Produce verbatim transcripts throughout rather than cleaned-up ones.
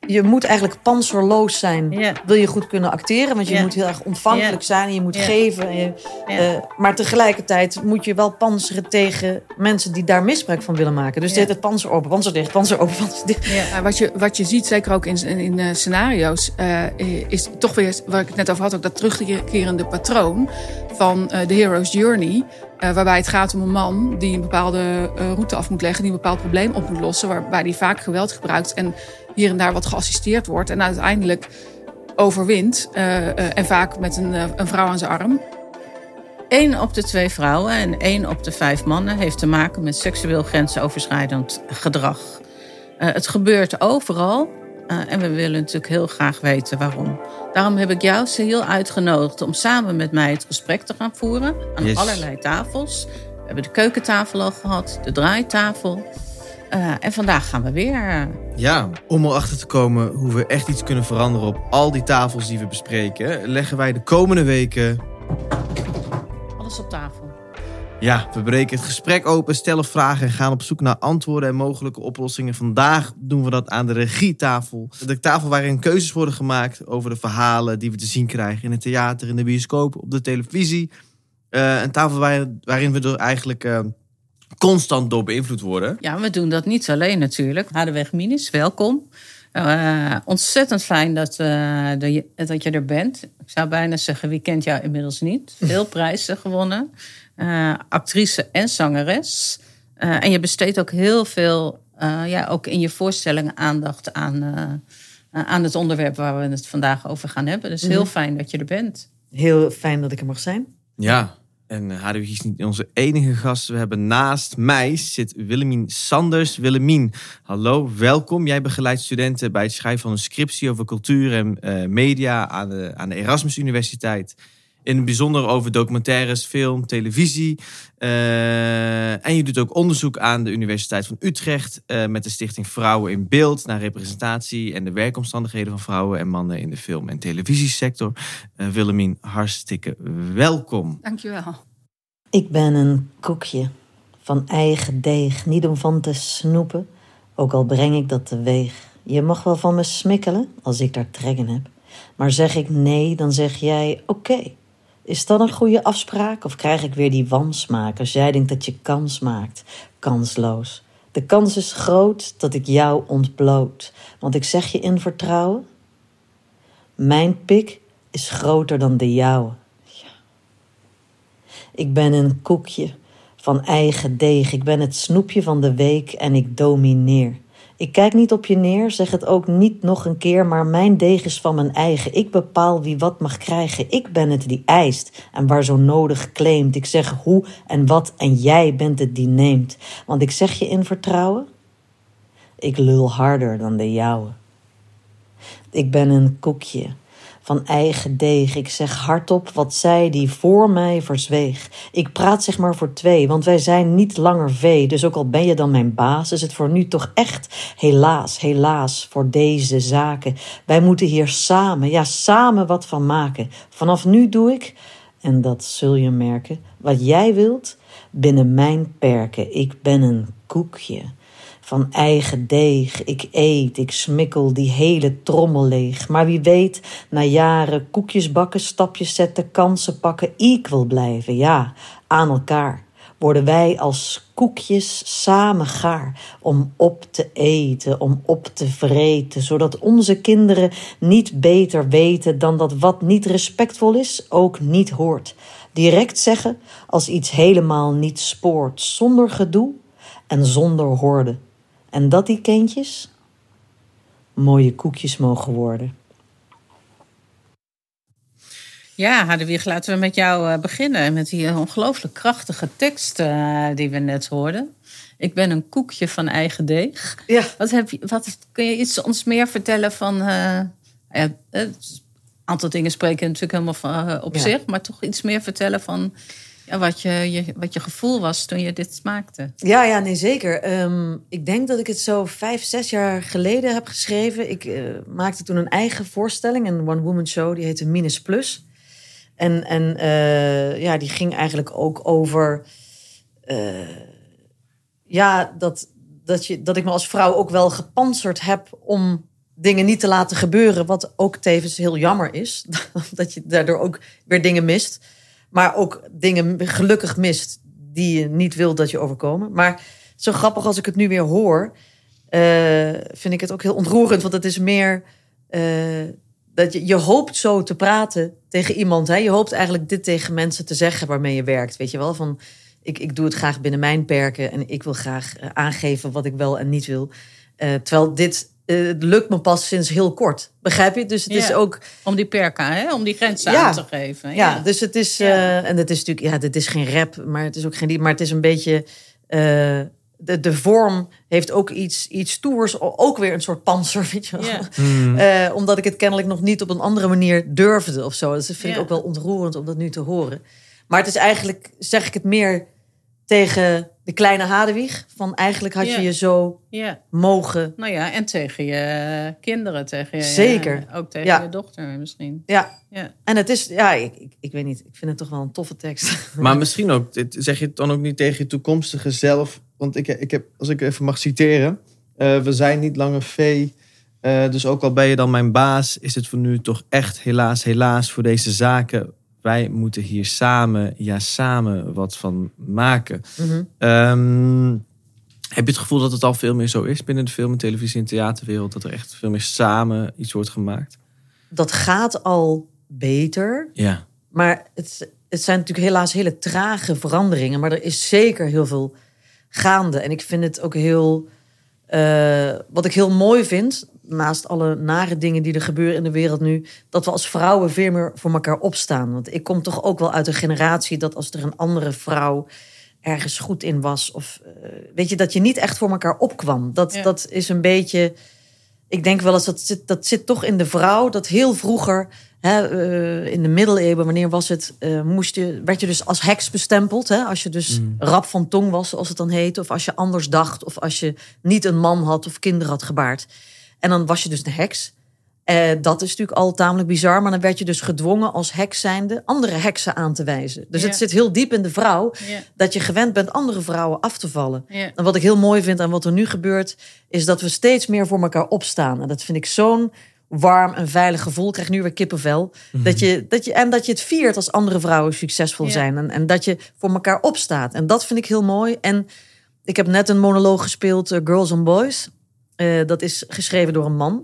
je moet eigenlijk panzerloos zijn. Ja. Wil je goed kunnen acteren? Want je Ja. moet heel erg ontvankelijk Ja. zijn. En je moet Ja. geven. En je, Ja. uh, maar tegelijkertijd moet je wel panzeren tegen mensen die daar misbruik van willen maken. Dus Ja. dit heet het panzer open, panzer dicht, panzer open, panzer dicht. Ja. Uh, wat, je, wat je ziet, zeker ook in, in, in uh, scenario's, uh, is toch weer, waar ik het net over had, ook dat terugkerende patroon van uh, de hero's journey. Uh, waarbij het gaat om een man die een bepaalde uh, route af moet leggen, die een bepaald probleem op moet lossen, waarbij hij vaak geweld gebruikt en hier en daar wat geassisteerd wordt en uiteindelijk overwint. Uh, uh, en vaak met een, uh, een vrouw aan zijn arm. Eén op de twee vrouwen en één op de vijf mannen heeft te maken met seksueel grensoverschrijdend gedrag. Uh, het gebeurt overal uh, en we willen natuurlijk heel graag weten waarom. Daarom heb ik jou, Sehil, uitgenodigd om samen met mij het gesprek te gaan voeren aan yes. allerlei tafels. We hebben de keukentafel al gehad, de draaitafel. Uh, en vandaag gaan we weer. Ja, om erachter te komen hoe we echt iets kunnen veranderen op al die tafels die we bespreken, leggen wij de komende weken alles op tafel. Ja, we breken het gesprek open, stellen vragen en gaan op zoek naar antwoorden en mogelijke oplossingen. Vandaag doen we dat aan de regietafel. De tafel waarin keuzes worden gemaakt over de verhalen die we te zien krijgen in het theater, in de bioscoop, op de televisie. Uh, een tafel waar, waarin we er eigenlijk uh, constant door beïnvloed worden. Ja, we doen dat niet alleen natuurlijk. Hadeweg Minis, welkom. Uh, ontzettend fijn dat, uh, de, dat je er bent. Ik zou bijna zeggen, wie kent jou inmiddels niet? Veel prijzen gewonnen. Uh, actrice en zangeres. Uh, en je besteedt ook heel veel, uh, ja, ook in je voorstellingen aandacht aan, uh, uh, aan het onderwerp waar we het vandaag over gaan hebben. Dus heel mm-hmm. fijn dat je er bent. Heel fijn dat ik er mag zijn. Ja, en Hadewig is niet onze enige gast. We hebben naast mij zit Willemien Sanders. Willemien, hallo, welkom. Jij begeleidt studenten bij het schrijven van een scriptie over cultuur en uh, media aan de, aan de Erasmus Universiteit. In het bijzonder over documentaires, film, televisie. Uh, en je doet ook onderzoek aan de Universiteit van Utrecht Uh, met de stichting Vrouwen in Beeld naar representatie en de werkomstandigheden van vrouwen en mannen in de film- en televisiesector. Uh, Willemien, hartstikke welkom. Dankjewel. Ik ben een koekje van eigen deeg, niet om van te snoepen, ook al breng ik dat teweeg. Je mag wel van me smikkelen als ik daar trek in heb. Maar zeg ik nee, dan zeg jij oké. Okay. Is dat een goede afspraak of krijg ik weer die wansmaak als jij denkt dat je kans maakt? Kansloos. De kans is groot dat ik jou ontbloot, want ik zeg je in vertrouwen, mijn pik is groter dan de jouwe. Ja. Ik ben een koekje van eigen deeg, ik ben het snoepje van de week en ik domineer. Ik kijk niet op je neer, zeg het ook niet nog een keer, maar mijn deeg is van mijn eigen. Ik bepaal wie wat mag krijgen. Ik ben het die eist en waar zo nodig claimt. Ik zeg hoe en wat en jij bent het die neemt. Want ik zeg je in vertrouwen, ik lul harder dan de jouwe. Ik ben een koekje van eigen deeg. Ik zeg hardop wat zij die voor mij verzweeg. Ik praat zeg maar voor twee, want wij zijn niet langer vee. Dus ook al ben je dan mijn baas, is het voor nu toch echt helaas, helaas voor deze zaken. Wij moeten hier samen, ja samen wat van maken. Vanaf nu doe ik, en dat zul je merken, wat jij wilt binnen mijn perken. Ik ben een koekje van eigen deeg, ik eet, ik smikkel die hele trommel leeg. Maar wie weet, na jaren koekjes bakken, stapjes zetten, kansen pakken, equal blijven, ja, aan elkaar. Worden wij als koekjes samen gaar om op te eten, om op te vreten, zodat onze kinderen niet beter weten dan dat wat niet respectvol is, ook niet hoort. Direct zeggen als iets helemaal niet spoort, zonder gedoe en zonder hoorde. En dat die kindjes mooie koekjes mogen worden. Ja, Hadewig, laten we met jou uh, beginnen. Met die ongelooflijk krachtige tekst uh, die we net hoorden. Ik ben een koekje van eigen deeg. Ja. Wat heb je, wat, kun je iets ons meer vertellen van Uh, uh, een aantal dingen spreken natuurlijk helemaal van, uh, op ja. zich. Maar toch iets meer vertellen van Ja, wat, je, je, wat je gevoel was toen je dit maakte. Ja, ja, nee, zeker. Um, ik denk dat ik het zo vijf, zes jaar geleden heb geschreven. Ik uh, maakte toen een eigen voorstelling, een one-woman show, die heette Minus Plus. En, en uh, ja, die ging eigenlijk ook over Uh, ja, dat, dat, je, dat ik me als vrouw ook wel gepantserd heb om dingen niet te laten gebeuren. Wat ook tevens heel jammer is. Dat je daardoor ook weer dingen mist. Maar ook dingen gelukkig mist die je niet wilt dat je overkomen. Maar zo grappig als ik het nu weer hoor, uh, vind ik het ook heel ontroerend. Want het is meer uh, dat je, je hoopt zo te praten tegen iemand. Hè? Je hoopt eigenlijk dit tegen mensen te zeggen waarmee je werkt. Weet je wel, van ik, ik doe het graag binnen mijn perken. En ik wil graag uh, aangeven wat ik wel en niet wil. Uh, terwijl dit... Uh, het lukt me pas sinds heel kort. Begrijp je? Dus het ja, is ook... Om die perken, hè? Om die grenzen ja, aan te geven. Ja, ja. dus het is... Uh, ja. En het is natuurlijk... Ja, dit is geen rap, maar het is ook geen lied. Maar het is een beetje... Uh, de, de vorm heeft ook iets, iets stoers. Ook weer een soort panzer, weet je wel. Ja. Mm. Uh, omdat ik het kennelijk nog niet op een andere manier durfde of zo. Dus dat vind ja. ik ook wel ontroerend om dat nu te horen. Maar het is eigenlijk... Zeg ik het meer... tegen de kleine Hadewig. Van eigenlijk had je ja. je zo ja. mogen... Nou ja, en tegen je kinderen. Tegen je, Zeker. Ja, ook tegen ja. je dochter misschien. Ja. ja. En het is... Ja, ik, ik, ik weet niet. Ik vind het toch wel een toffe tekst. Maar misschien ook... Zeg je het dan ook niet tegen je toekomstige zelf? Want ik, ik heb, als ik even mag citeren... Uh, we zijn niet langer vee... Uh, dus ook al ben je dan mijn baas... is het voor nu toch echt helaas, helaas... voor deze zaken... Wij moeten hier samen, ja samen, wat van maken. Mm-hmm. Um, heb je het gevoel dat het al veel meer zo is binnen de film- en televisie- en theaterwereld? Dat er echt veel meer samen iets wordt gemaakt? Dat gaat al beter. Ja. Maar het, het zijn natuurlijk helaas hele trage veranderingen. Maar er is zeker heel veel gaande. En ik vind het ook heel... Uh, wat ik heel mooi vind... naast alle nare dingen die er gebeuren in de wereld nu... dat we als vrouwen veel meer voor elkaar opstaan. Want ik kom toch ook wel uit een generatie... dat als er een andere vrouw ergens goed in was... of uh, weet je, dat je niet echt voor elkaar opkwam. Dat, ja. dat is een beetje... Ik denk wel eens, dat zit, dat zit toch in de vrouw... dat heel vroeger, hè, uh, in de middeleeuwen... wanneer was het, uh, moest je, werd je dus als heks bestempeld. Hè? Als je dus mm. rap van tong was, zoals het dan heet... of als je anders dacht... of als je niet een man had of kinderen had gebaard... En dan was je dus een heks. Uh, dat is natuurlijk al tamelijk bizar. Maar dan werd je dus gedwongen als heks zijnde... andere heksen aan te wijzen. Dus ja. het zit heel diep in de vrouw... Ja. dat je gewend bent andere vrouwen af te vallen. Ja. En wat ik heel mooi vind en wat er nu gebeurt... is dat we steeds meer voor elkaar opstaan. En dat vind ik zo'n warm en veilig gevoel. Ik krijg nu weer kippenvel. Mm-hmm. Dat je, dat je, en dat je het viert als andere vrouwen succesvol ja. zijn. En, en dat je voor elkaar opstaat. En dat vind ik heel mooi. En ik heb net een monoloog gespeeld... Uh, Girls on Boys... Uh, dat is geschreven door een man.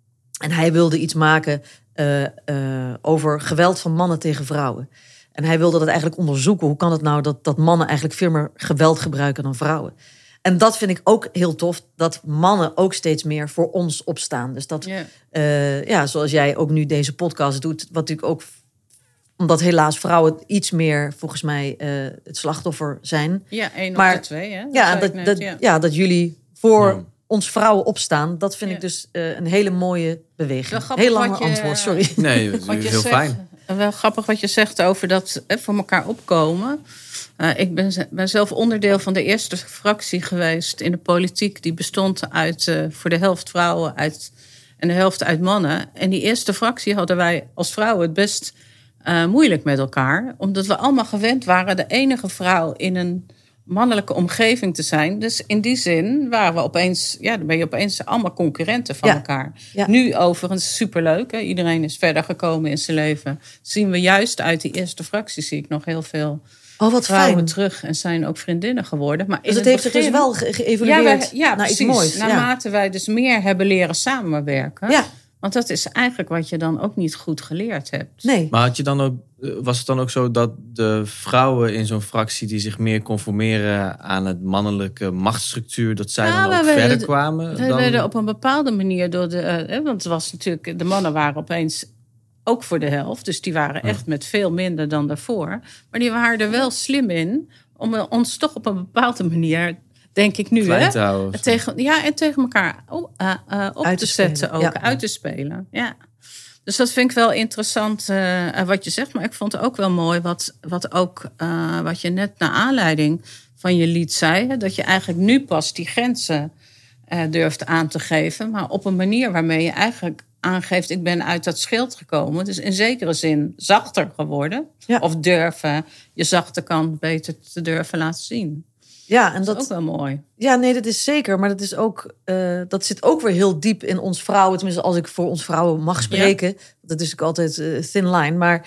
En hij wilde iets maken uh, uh, over geweld van mannen tegen vrouwen. En hij wilde dat eigenlijk onderzoeken. Hoe kan het nou dat, dat mannen eigenlijk veel meer geweld gebruiken dan vrouwen? En dat vind ik ook heel tof. Dat mannen ook steeds meer voor ons opstaan. Dus dat, yeah. uh, ja, zoals jij ook nu deze podcast doet. Wat natuurlijk ook... Omdat helaas vrouwen iets meer, volgens mij, uh, het slachtoffer zijn. Ja, één maar, op de twee. Hè? Dat ja, dat, net, dat, ja. ja, dat jullie voor... Ja. ons vrouwen opstaan, dat vind ja. ik dus uh, een hele mooie beweging. Grappig, heel lang je, antwoord, sorry. Nee, dat is heel zegt, fijn. Wel grappig wat je zegt over dat hè, voor elkaar opkomen. Uh, ik ben, ben zelf onderdeel van de eerste fractie geweest in de politiek. Die bestond uit uh, voor de helft vrouwen uit, en de helft uit mannen. En die eerste fractie hadden wij als vrouwen het best uh, moeilijk met elkaar. Omdat we allemaal gewend waren de enige vrouw in een mannelijke omgeving te zijn. Dus in die zin waren we opeens... Ja, dan ben je opeens allemaal concurrenten van ja. elkaar. Ja. Nu overigens superleuk. Hè? Iedereen is verder gekomen in zijn leven. Zien we juist uit die eerste fractie... zie ik nog heel veel oh, wat vrouwen fijn. terug... en zijn ook vriendinnen geworden. Maar dus het heeft begin, zich dus wel ge- geëvolueerd ja, wij, ja, naar precies, iets moois. Naarmate ja. wij dus meer hebben leren samenwerken... Ja. Want dat is eigenlijk wat je dan ook niet goed geleerd hebt. Nee. Maar had je dan ook, was het dan ook zo dat de vrouwen in zo'n fractie... die zich meer conformeren aan het mannelijke machtsstructuur... dat zij ja, dan ook werden, verder kwamen? We dan... werden op een bepaalde manier door de... Uh, want het was natuurlijk, de mannen waren opeens ook voor de helft. Dus die waren echt met veel minder dan daarvoor. Maar die waren er wel slim in... om ons toch op een bepaalde manier... denk ik nu, Klein hè? te houden, tegen, ja, en tegen elkaar op, uh, uh, op uit te, te zetten ook, ja. uit te spelen. Ja. Dus dat vind ik wel interessant uh, wat je zegt. Maar ik vond het ook wel mooi wat, wat, ook, uh, wat je net naar aanleiding van je lied zei. Hè, dat je eigenlijk nu pas die grenzen uh, durft aan te geven. Maar op een manier waarmee je eigenlijk aangeeft... ik ben uit dat schild gekomen. Dus in zekere zin zachter geworden. Ja. Of durven, je zachte kant beter te durven laten zien. Ja, en Dat dat is ook wel mooi. Ja, nee, dat is zeker. Maar dat is ook, uh, dat zit ook weer heel diep in ons vrouwen. Tenminste, als ik voor ons vrouwen mag spreken. Ja. Dat is ook altijd uh, thin line. Maar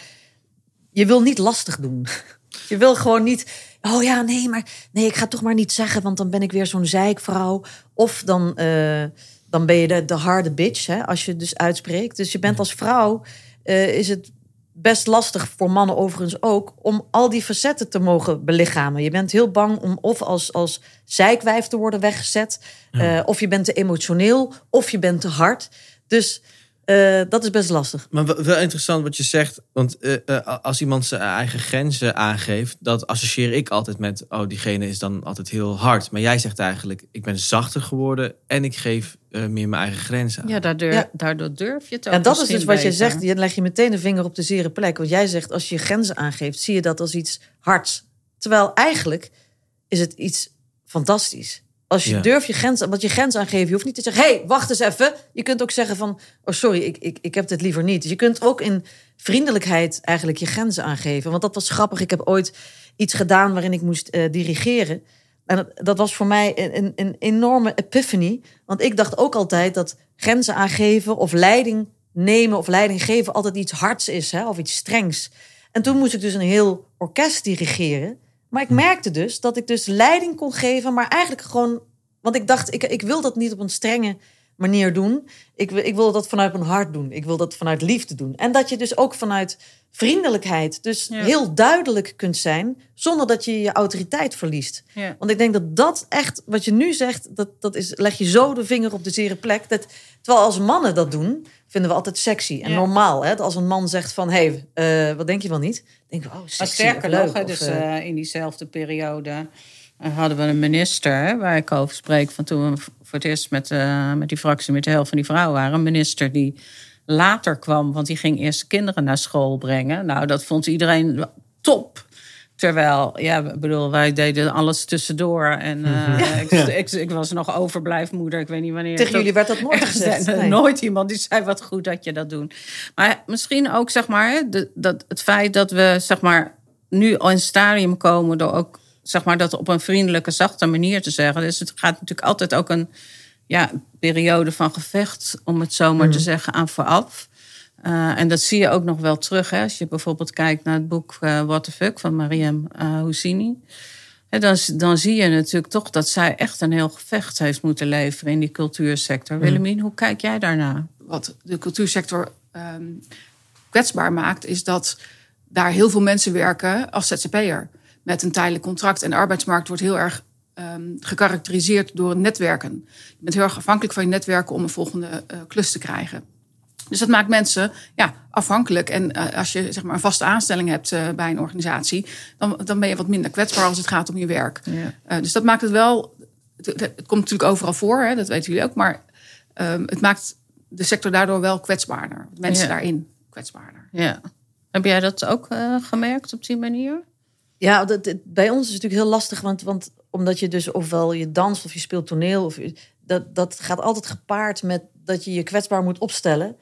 je wil niet lastig doen. Je wil gewoon niet. Oh ja, nee, maar nee, ik ga het toch maar niet zeggen, want dan ben ik weer zo'n zeikvrouw. Of dan, uh, dan ben je de, de harde bitch, hè, als je het dus uitspreekt. Dus je bent als vrouw, uh, is het best lastig voor mannen overigens ook, om al die facetten te mogen belichamen. Je bent heel bang om of als, als zeikwijf te worden weggezet, ja. uh, of je bent te emotioneel, of je bent te hard. Dus uh, dat is best lastig. Maar wel interessant wat je zegt, want uh, uh, als iemand zijn eigen grenzen aangeeft, dat associeer ik altijd met, oh, diegene is dan altijd heel hard. Maar jij zegt eigenlijk, ik ben zachter geworden en ik geef uh, meer mijn eigen grenzen aan. Ja, daardoor, ja. daardoor durf je het ook. En dat is dus wat beter. je zegt, je leg je meteen de vinger op de zere plek. Want jij zegt, als je je grenzen aangeeft, zie je dat als iets hards. Terwijl eigenlijk is het iets fantastisch. Als je ja. durft je grens, wat je grens aangeven, je hoeft niet te zeggen, hé, hey, wacht eens even. Je kunt ook zeggen van, oh sorry, ik, ik, ik heb dit liever niet. Dus je kunt ook in vriendelijkheid eigenlijk je grenzen aangeven. Want dat was grappig. Ik heb ooit iets gedaan waarin ik moest uh, dirigeren. En dat, dat was voor mij een, een, een enorme epiphany. Want ik dacht ook altijd dat grenzen aangeven of leiding nemen of leiding geven altijd iets hards is, hè, of iets strengs. En toen moest ik dus een heel orkest dirigeren. Maar ik merkte dus dat ik dus leiding kon geven, maar eigenlijk gewoon, want ik dacht, ik, ik wil dat niet op een strenge manier doen. Ik, ik wil dat vanuit mijn hart doen. Ik wil dat vanuit liefde doen. En dat je dus ook vanuit vriendelijkheid dus ja. heel duidelijk kunt zijn, zonder dat je je autoriteit verliest. Ja. Want ik denk dat dat echt, wat je nu zegt, dat, dat is, leg je zo de vinger op de zere plek. Dat, terwijl als mannen dat doen, vinden we altijd sexy en ja. normaal. Hè? Als een man zegt van, hé, hey, uh, wat denk je wel niet? Denk we, oh, sexy, maar sterker leuk, nog, hè, dus uh, in diezelfde periode uh, hadden we een minister, hè, waar ik over spreek, van toen we voor het eerst met, uh, met die fractie, met de helft van die vrouwen waren, een minister die later kwam, want die ging eerst kinderen naar school brengen. Nou, dat vond iedereen top. Terwijl, ja, bedoel, wij deden alles tussendoor. En uh, ja. ik, ik, ik was nog overblijfmoeder. Ik weet niet wanneer. Tegen jullie werd dat nooit gezegd. Nee. Nooit iemand die zei, wat goed dat je dat doet. Maar misschien ook, zeg maar, de, dat, het feit dat we, zeg maar, nu in een stadium komen door ook, zeg maar, dat op een vriendelijke, zachte manier te zeggen. Dus het gaat natuurlijk altijd ook een ja, periode van gevecht, om het zo maar mm. te zeggen, aan vooraf. Uh, en dat zie je ook nog wel terug. Hè? Als je bijvoorbeeld kijkt naar het boek uh, What the Fuck van Mariam uh, Houssini. Hè, dan, dan zie je natuurlijk toch dat zij echt een heel gevecht heeft moeten leveren in die cultuursector. Mm. Willemien, hoe kijk jij daarna? Wat de cultuursector um, kwetsbaar maakt, is dat daar heel veel mensen werken als Z Z P'er. Met een tijdelijk contract. En de arbeidsmarkt wordt heel erg um, gekarakteriseerd door het netwerken. Je bent heel erg afhankelijk van je netwerken om een volgende uh, klus te krijgen. Dus dat maakt mensen ja, afhankelijk. En uh, als je zeg maar, een vaste aanstelling hebt uh, bij een organisatie, dan, dan ben je wat minder kwetsbaar als het gaat om je werk. Ja. Uh, dus dat maakt het wel. Het, het komt natuurlijk overal voor, hè, dat weten jullie ook. Maar um, het maakt de sector daardoor wel kwetsbaarder. Mensen ja. daarin kwetsbaarder. Ja. Heb jij dat ook uh, gemerkt op die manier? Ja, dat, dat, bij ons is het natuurlijk heel lastig. Want, want omdat je dus ofwel je danst of je speelt toneel, of je, dat, dat gaat altijd gepaard met dat je je kwetsbaar moet opstellen.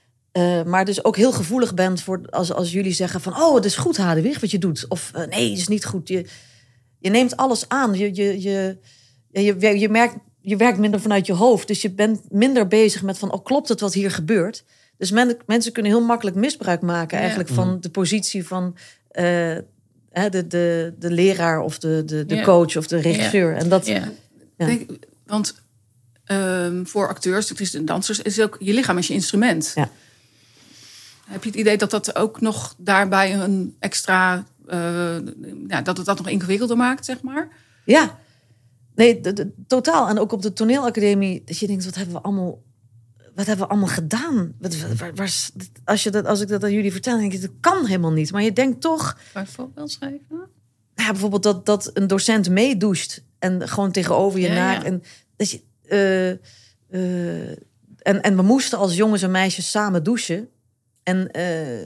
Uh, maar dus ook heel gevoelig bent voor als, als jullie zeggen van, oh, het is goed, Hadewig, wat je doet. Of uh, nee, het is niet goed. Je, je neemt alles aan. Je, je, je, je, je, merkt, je werkt minder vanuit je hoofd. Dus je bent minder bezig met van, oh, klopt het wat hier gebeurt? Dus men, mensen kunnen heel makkelijk misbruik maken eigenlijk ja. van de positie van uh, de, de, de leraar of de, de, de ja. coach of de regisseur. Ja. En dat, ja. Ja. Denk, want um, voor acteurs, actrices en dansers is ook je lichaam is je instrument. Ja. Heb je het idee dat dat ook nog daarbij een extra, uh, ja, dat het dat nog ingewikkelder maakt, zeg maar? Ja, nee, de, de, totaal. En ook op de toneelacademie, dat je denkt, wat hebben we allemaal, wat hebben we allemaal gedaan? Wat, waar, waar, als, je dat, als ik dat aan jullie vertel, denk je, dat kan helemaal niet. Maar je denkt toch. Bijvoorbeeld schrijven? Ja, bijvoorbeeld dat, dat een docent meedoucht en gewoon tegenover je ja, naakt. Ja. En dat je. Uh, uh, en, en we moesten als jongens en meisjes samen douchen. En uh,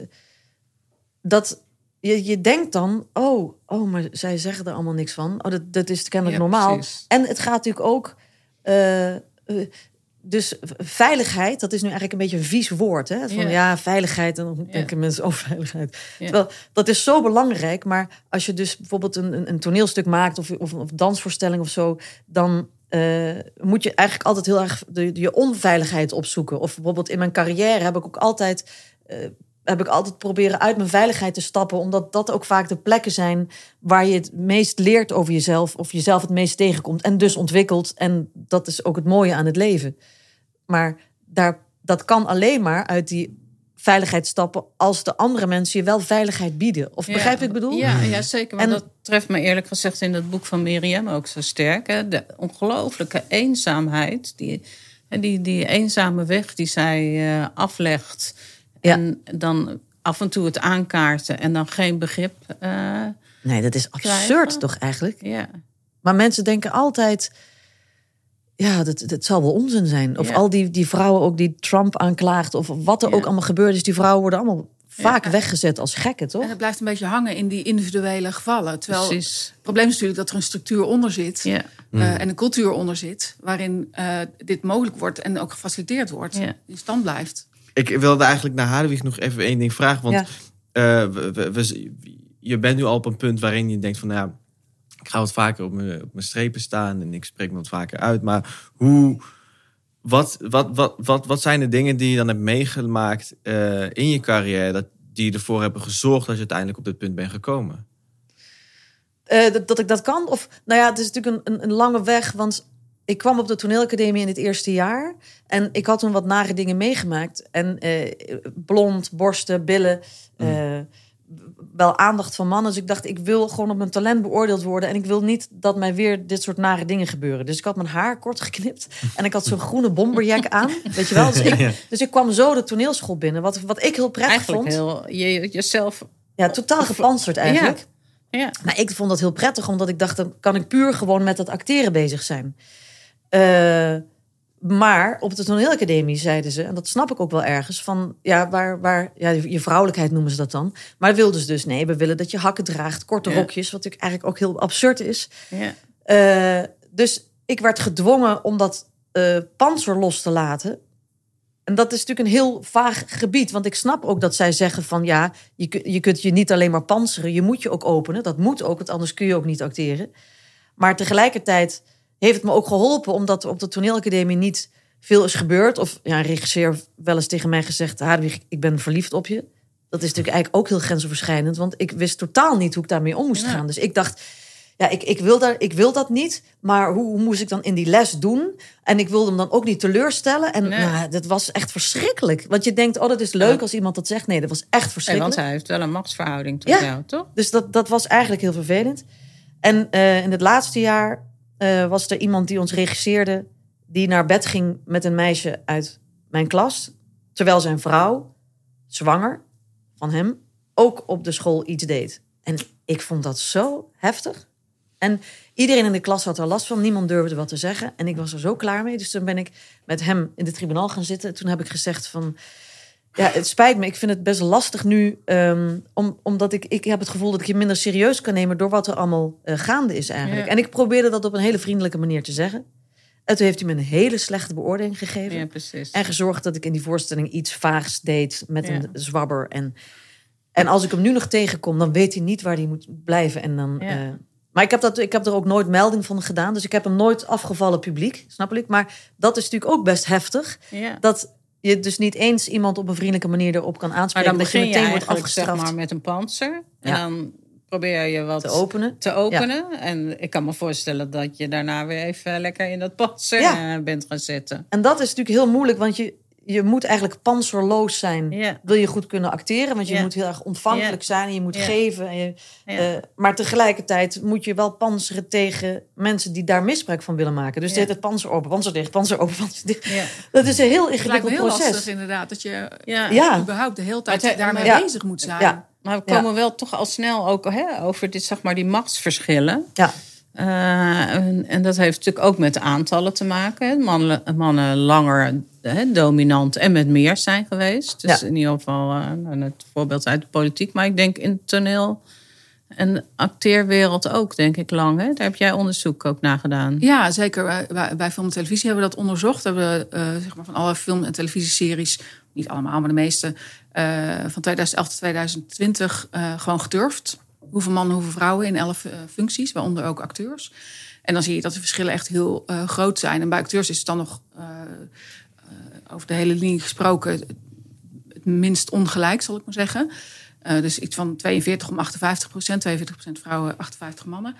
dat je, je denkt dan, oh, oh, maar zij zeggen er allemaal niks van. Oh, dat, dat is kennelijk ja, normaal. Precies. En het gaat natuurlijk ook. Uh, uh, dus veiligheid, dat is nu eigenlijk een beetje een vies woord. Hè? Van ja, ja veiligheid, en dan denken ja. mensen over veiligheid. Ja. Terwijl, dat is zo belangrijk, maar als je dus bijvoorbeeld een, een, een toneelstuk maakt... of, of een dansvoorstelling of zo, dan uh, moet je eigenlijk altijd heel erg de, de, je onveiligheid opzoeken. Of bijvoorbeeld in mijn carrière heb ik ook altijd... Uh, heb ik altijd proberen uit mijn veiligheid te stappen... omdat dat ook vaak de plekken zijn waar je het meest leert over jezelf... of jezelf het meest tegenkomt en dus ontwikkelt. En dat is ook het mooie aan het leven. Maar daar, dat kan alleen maar uit die veiligheid stappen... als de andere mensen je wel veiligheid bieden. Of begrijp je wat ik bedoel? Ja, ja zeker. Want en, dat treft me eerlijk gezegd in dat boek van Miriam ook zo sterk. Hè? De ongelooflijke eenzaamheid. Die, die, die eenzame weg die zij uh, aflegt... Ja. En dan af en toe het aankaarten en dan geen begrip uh, Nee, dat is absurd krijgen. Toch eigenlijk? Ja. Maar mensen denken altijd... Ja, dat, dat zal wel onzin zijn. Of ja. al die, die vrouwen ook die Trump aanklaagt... of wat er ja. ook allemaal gebeurd is. Die vrouwen worden allemaal vaak ja. weggezet als gekken, toch? En het blijft een beetje hangen in die individuele gevallen. Terwijl Precies. het probleem is natuurlijk dat er een structuur onder zit... Ja. Uh, mm. en een cultuur onder zit... waarin uh, dit mogelijk wordt en ook gefaciliteerd wordt. Ja. In stand blijft. Ik wilde eigenlijk naar Hadewig nog even één ding vragen. Want ja. uh, we, we, we, je bent nu al op een punt waarin je denkt van... Nou, ik ga wat vaker op mijn, op mijn strepen staan en ik spreek me wat vaker uit. Maar hoe, wat, wat, wat, wat, wat zijn de dingen die je dan hebt meegemaakt uh, in je carrière... Dat, die ervoor hebben gezorgd dat je uiteindelijk op dit punt bent gekomen? Uh, dat, dat ik dat kan? Of, nou ja, het is natuurlijk een, een, een lange weg, want... Ik kwam op de toneelacademie in het eerste jaar. En ik had toen wat nare dingen meegemaakt. En uh, blond, borsten, billen. Uh, mm. Wel aandacht van mannen. Dus ik dacht, ik wil gewoon op mijn talent beoordeeld worden. En ik wil niet dat mij weer dit soort nare dingen gebeuren. Dus ik had mijn haar kort geknipt. En ik had zo'n groene bomberjack aan. Weet je wel? Dus ik, dus ik kwam zo de toneelschool binnen. Wat, wat ik heel prettig eigenlijk vond. Heel, je, jezelf... Ja, totaal gepantserd eigenlijk. Ja. Ja. Maar ik vond dat heel prettig. Omdat ik dacht, dan kan ik puur gewoon met dat acteren bezig zijn. Uh, maar op de toneelacademie zeiden ze, en dat snap ik ook wel ergens, van ja, waar, waar ja, je vrouwelijkheid noemen ze dat dan. Maar wilden ze dus, nee, we willen dat je hakken draagt, korte ja. rokjes, wat natuurlijk eigenlijk ook heel absurd is. Ja. Uh, dus ik werd gedwongen om dat uh, pantser los te laten. En dat is natuurlijk een heel vaag gebied, want ik snap ook dat zij zeggen van ja, je, je kunt je niet alleen maar panseren, je moet je ook openen. Dat moet ook, want anders kun je ook niet acteren. Maar tegelijkertijd heeft het me ook geholpen, omdat op de toneelacademie niet veel is gebeurd. Of ja, een regisseur wel eens tegen mij gezegd, Hadewig, ik ben verliefd op je. Dat is natuurlijk eigenlijk ook heel grensoverschrijdend, want ik wist totaal niet hoe ik daarmee om moest ja. gaan. Dus ik dacht, ja, ik, ik, wil daar, ik wil dat niet, maar hoe, hoe moest ik dan in die les doen? En ik wilde hem dan ook niet teleurstellen. En nee. nou, dat was echt verschrikkelijk. Want je denkt, oh, dat is leuk ja. als iemand dat zegt. Nee, dat was echt verschrikkelijk. Nee, want hij heeft wel een machtsverhouding tot ja. jou, toch? Dus dat, dat was eigenlijk heel vervelend. En uh, in het laatste jaar uh, was er iemand die ons regisseerde, die naar bed ging met een meisje uit mijn klas, terwijl zijn vrouw, zwanger van hem, ook op de school iets deed. En ik vond dat zo heftig. En iedereen in de klas had er last van. Niemand durfde wat te zeggen. En ik was er zo klaar mee. Dus toen ben ik met hem in het tribunaal gaan zitten. Toen heb ik gezegd van, ja, het spijt me. Ik vind het best lastig nu. Um, om, omdat ik, ik heb het gevoel dat ik je minder serieus kan nemen door wat er allemaal uh, gaande is eigenlijk. Ja. En ik probeerde dat op een hele vriendelijke manier te zeggen. En toen heeft hij me een hele slechte beoordeling gegeven. Ja, precies. En gezorgd dat ik in die voorstelling iets vaags deed met ja. een zwabber. En, en als ik hem nu nog tegenkom, dan weet hij niet waar hij moet blijven. En dan... Ja. Uh, Maar ik heb, dat, ik heb er ook nooit melding van gedaan. Dus ik heb hem nooit afgevallen publiek, snap ik. Maar dat is natuurlijk ook best heftig. Ja. Dat je dus niet eens iemand op een vriendelijke manier erop kan aanspreken. Maar dan begin dat je meteen je wordt afgestraft. Zeg maar met een pantser. En ja. dan probeer je wat te openen. Te openen. Ja. En ik kan me voorstellen dat je daarna weer even lekker in dat pantser ja. bent gaan zitten. En dat is natuurlijk heel moeilijk, want je... Je moet eigenlijk panzerloos zijn. Ja. Wil je goed kunnen acteren? Want je ja. moet heel erg ontvankelijk ja. zijn. En je moet ja. geven. En je, ja. uh, maar tegelijkertijd moet je wel panzeren tegen mensen die daar misbruik van willen maken. Dus ja. dit het panzer open, panzer dicht, panzer open, panzer dicht. Ja. Dat is een heel ingewikkeld heel proces. Lastig, inderdaad. Dat je ja. Ja. überhaupt de hele tijd het, daarmee ja. bezig moet zijn. Ja. Maar we komen ja. wel toch al snel ook hè, over dit, zeg maar, die machtsverschillen. Ja. Uh, en, en dat heeft natuurlijk ook met aantallen te maken. Mannen, mannen langer he, dominant en met meer zijn geweest. Dus ja. in ieder geval uh, het voorbeeld uit de politiek. Maar ik denk in het toneel En de acteerwereld ook, denk ik, lang. Hè? Daar heb jij onderzoek ook naar gedaan. Ja, zeker. Bij, bij film en televisie hebben we dat onderzocht. We hebben uh, zeg maar van alle film- en televisieseries, niet allemaal, maar de meeste, uh, van tweeduizend elf tot tweeduizend twintig uh, gewoon gedurfd. Hoeveel mannen, hoeveel vrouwen in elf uh, functies, waaronder ook acteurs. En dan zie je dat de verschillen echt heel uh, groot zijn. En bij acteurs is het dan nog uh, uh, over de hele linie gesproken het minst ongelijk, zal ik maar zeggen. Uh, dus iets van tweeënveertig om achtenvijftig procent, tweeënveertig procent vrouwen, achtenvijftig mannen.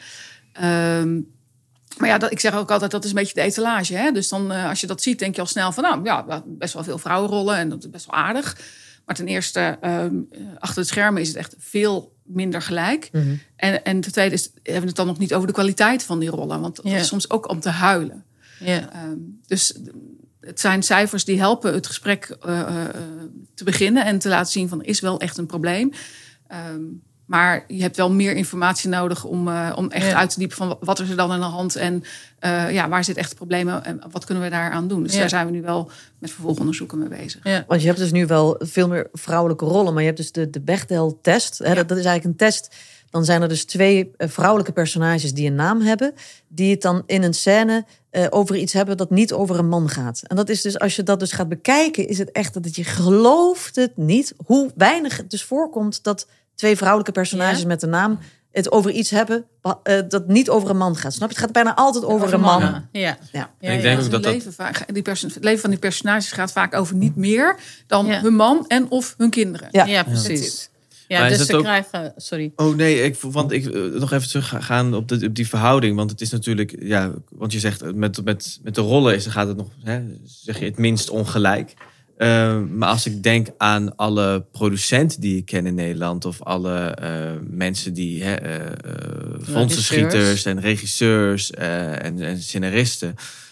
Um, maar ja, dat, ik zeg ook altijd, dat is een beetje de etalage. Hè? Dus dan, uh, als je dat ziet, denk je al snel van, nou ja, best wel veel vrouwenrollen en dat is best wel aardig. Maar ten eerste, um, achter het schermen is het echt veel minder gelijk. Mm-hmm. En, en ten tweede is, hebben we het dan nog niet over de kwaliteit van die rollen. Want dat yeah. is soms ook om te huilen. Yeah. Um, dus het zijn cijfers die helpen het gesprek uh, uh, te beginnen en te laten zien van, er is wel echt een probleem. Um, maar je hebt wel meer informatie nodig om, uh, om echt ja. uit te diepen van wat is er dan aan de hand en uh, ja, waar zit echt het probleem en wat kunnen we daaraan doen. Dus ja. daar zijn we nu wel met vervolgonderzoeken mee bezig. Ja. Want je hebt dus nu wel veel meer vrouwelijke rollen, maar je hebt dus de, de Bechdel-test. Hè, ja. dat, dat is eigenlijk een test. Dan zijn er dus twee vrouwelijke personages die een naam hebben, die het dan in een scène uh, over iets hebben dat niet over een man gaat. En dat is dus, als je dat dus gaat bekijken, is het echt dat je gelooft het niet hoe weinig het dus voorkomt dat twee vrouwelijke personages ja. met een naam het over iets hebben uh, dat niet over een man gaat. Snap je? Het gaat bijna altijd over, over een man. man. Ja. Ja. Ja, ik denk ja, ook dat leven, dat... vaak, die perso- het leven van die personages gaat vaak over niet meer dan ja. hun man en of hun kinderen. Ja, ja precies. Ja, maar dus ze ook... krijgen... Sorry. Oh nee, ik, want ik uh, nog even teruggaan op, de, op die verhouding. Want het is natuurlijk... Ja, want je zegt met, met, met de rollen is, gaat het nog... Hè, zeg je het minst ongelijk. Uh, maar als ik denk aan alle producenten die ik ken in Nederland, of alle uh, mensen die hè, uh, uh, fondsen-schieters en regisseurs uh, en, en scenaristen.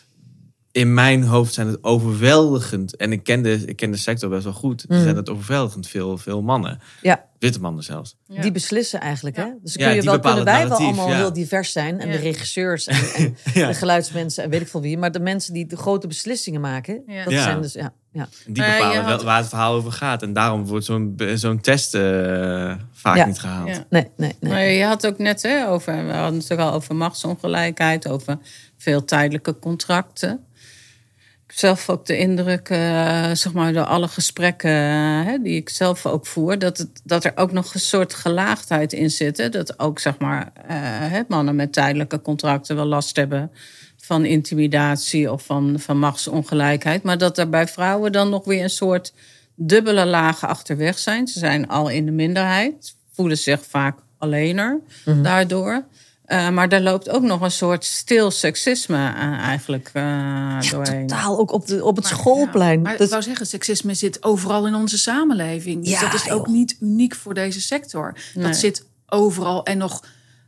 In mijn hoofd zijn het overweldigend, en ik ken de, ik ken de sector best wel goed, mm. zijn het overweldigend veel, veel mannen. Ja. Witte mannen zelfs. Ja. Die beslissen eigenlijk. Ja. Hè? Dus kun je ja, wel, kunnen wij narratief, wel allemaal ja. heel divers zijn. En ja. de regisseurs en, en ja. de geluidsmensen en weet ik veel wie. Maar de mensen die de grote beslissingen maken, ja. dat ja. zijn dus... Ja, ja. Die bepalen uh, had... waar het verhaal over gaat. En daarom wordt zo'n, zo'n test uh, vaak ja. niet gehaald. Ja. Nee, nee, nee. Maar je had ook net hè, over... We hadden het al over machtsongelijkheid, over veel tijdelijke contracten. Ik heb zelf ook de indruk, uh, zeg maar, door alle gesprekken uh, hè, die ik zelf ook voer, dat, het, dat er ook nog een soort gelaagdheid in zit. Hè? Dat ook, zeg maar, uh, hè, mannen met tijdelijke contracten wel last hebben van intimidatie of van, van machtsongelijkheid. Maar dat er bij vrouwen dan nog weer een soort dubbele lagen achterweg zijn. Ze zijn al in de minderheid, voelen zich vaak alleener mm-hmm. daardoor. Uh, maar daar loopt ook nog een soort stil seksisme uh, eigenlijk uh, ja, doorheen. Totaal, ook op, de, op het maar, schoolplein. Ja, maar dat... ik wou zeggen, seksisme zit overal in onze samenleving. Dus ja, dat is joh. ook niet uniek voor deze sector. Nee. Dat zit overal en nog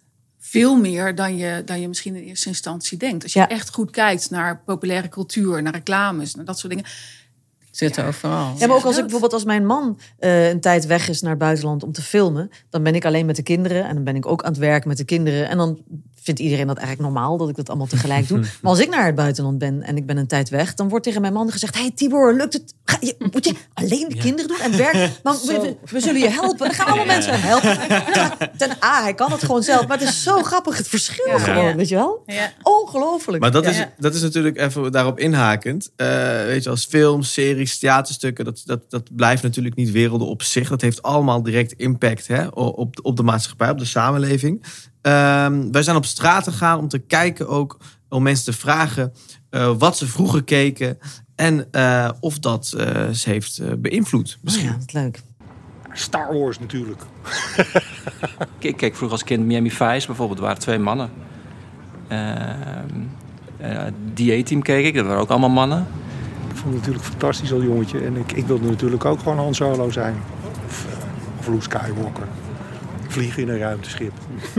veel meer dan je, dan je misschien in eerste instantie denkt. Als je ja. echt goed kijkt naar populaire cultuur, naar reclames, naar dat soort dingen. Zitten ja. overal. Ja, maar ook als ik bijvoorbeeld als mijn man uh, een tijd weg is naar het buitenland om te filmen, dan ben ik alleen met de kinderen en dan ben ik ook aan het werk met de kinderen en dan vindt iedereen dat eigenlijk normaal dat ik dat allemaal tegelijk doe. Maar als ik naar het buitenland ben en ik ben een tijd weg, dan wordt tegen mijn man gezegd: "Hey Tibor, lukt het? Ga je, moet je alleen de ja. kinderen doen en werken? Maar we, we, we zullen je helpen." Dan gaan allemaal ja. mensen hem helpen. Ten A, hij kan het gewoon zelf, maar het is zo grappig het verschil ja. gewoon, ja. weet je wel? Ja. Ongelooflijk. Maar dat is, ja. dat is natuurlijk even daarop inhakend. Uh, weet je, als films, series, theaterstukken, dat, dat, dat blijft natuurlijk niet werelden op zich. Dat heeft allemaal direct impact hè, op, op de maatschappij, op de samenleving. Um, wij zijn op straat gegaan om te kijken ook, om mensen te vragen uh, wat ze vroeger keken en uh, of dat uh, ze heeft uh, beïnvloed. Misschien. Oh ja, dat is leuk. Star Wars natuurlijk. Ik keek vroeger als kind Miami Vice bijvoorbeeld. Er waren twee mannen. Uh, uh, die A-team keek ik, dat waren ook allemaal mannen. Ik vond het natuurlijk fantastisch als jongetje. En ik, ik wilde natuurlijk ook gewoon Han Solo zijn. Of, uh, of Luke Skywalker. Vliegen in een ruimteschip.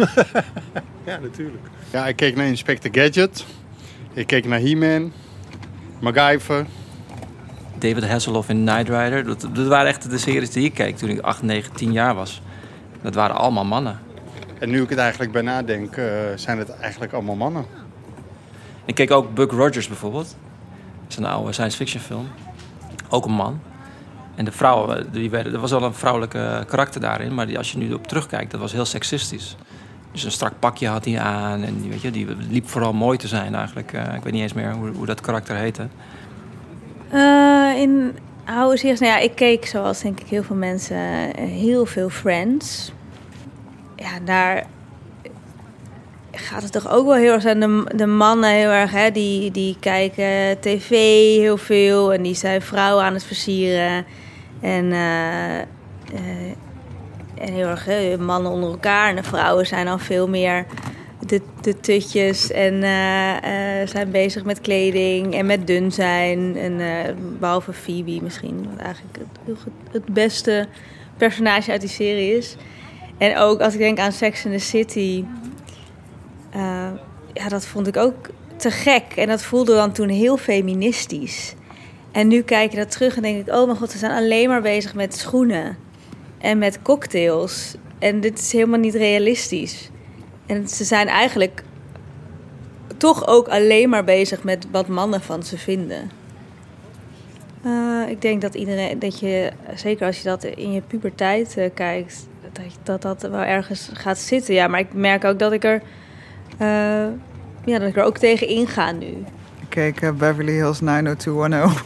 Ja, natuurlijk. Ja, ik keek naar Inspector Gadget. Ik keek naar He-Man. MacGyver. David Hasselhoff in Knight Rider. Dat, dat waren echt de series die ik keek toen ik acht, negen, tien jaar was. Dat waren allemaal mannen. En nu ik het eigenlijk bij nadenk, uh, zijn het eigenlijk allemaal mannen. Ik keek ook Buck Rogers bijvoorbeeld. Dat is een oude science fiction film. Ook een man. En de vrouwen, die werden, er was wel een vrouwelijke karakter daarin, maar die, als je nu op terugkijkt, dat was heel seksistisch. Dus een strak pakje had hij aan en die, weet je, die liep vooral mooi te zijn eigenlijk. Uh, ik weet niet eens meer hoe, hoe dat karakter heette. Uh, in oude series, nou ja, ik keek zoals denk ik heel veel mensen heel veel Friends. Ja, daar gaat het toch ook wel heel erg aan de, de mannen heel erg, hè, die, die kijken tv heel veel en die zijn vrouwen aan het versieren. En, uh, uh, en heel erg uh, mannen onder elkaar en de vrouwen zijn al veel meer de, de tutjes en uh, uh, zijn bezig met kleding en met dun zijn. En, uh, behalve Phoebe misschien, wat eigenlijk het, het beste personage uit die serie is. En ook als ik denk aan Sex and the City, uh, ja, dat vond ik ook te gek. En dat voelde dan toen heel feministisch. En nu kijk je dat terug en denk ik, oh mijn god, ze zijn alleen maar bezig met schoenen en met cocktails. En dit is helemaal niet realistisch. En ze zijn eigenlijk toch ook alleen maar bezig met wat mannen van ze vinden. Uh, ik denk dat iedereen, dat je, zeker als je dat in je puberteit uh, kijkt, dat, dat dat wel ergens gaat zitten. Ja, maar ik merk ook dat ik er, uh, ja, dat ik er ook tegen inga nu. Ik keek uh, Beverly Hills nine oh two one oh.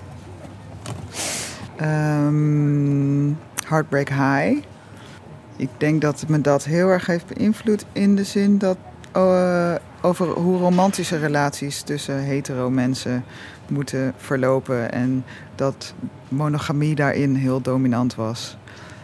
um, Heartbreak High. Ik denk dat het me dat heel erg heeft beïnvloed in de zin dat uh, over hoe romantische relaties tussen hetero mensen moeten verlopen en dat monogamie daarin heel dominant was.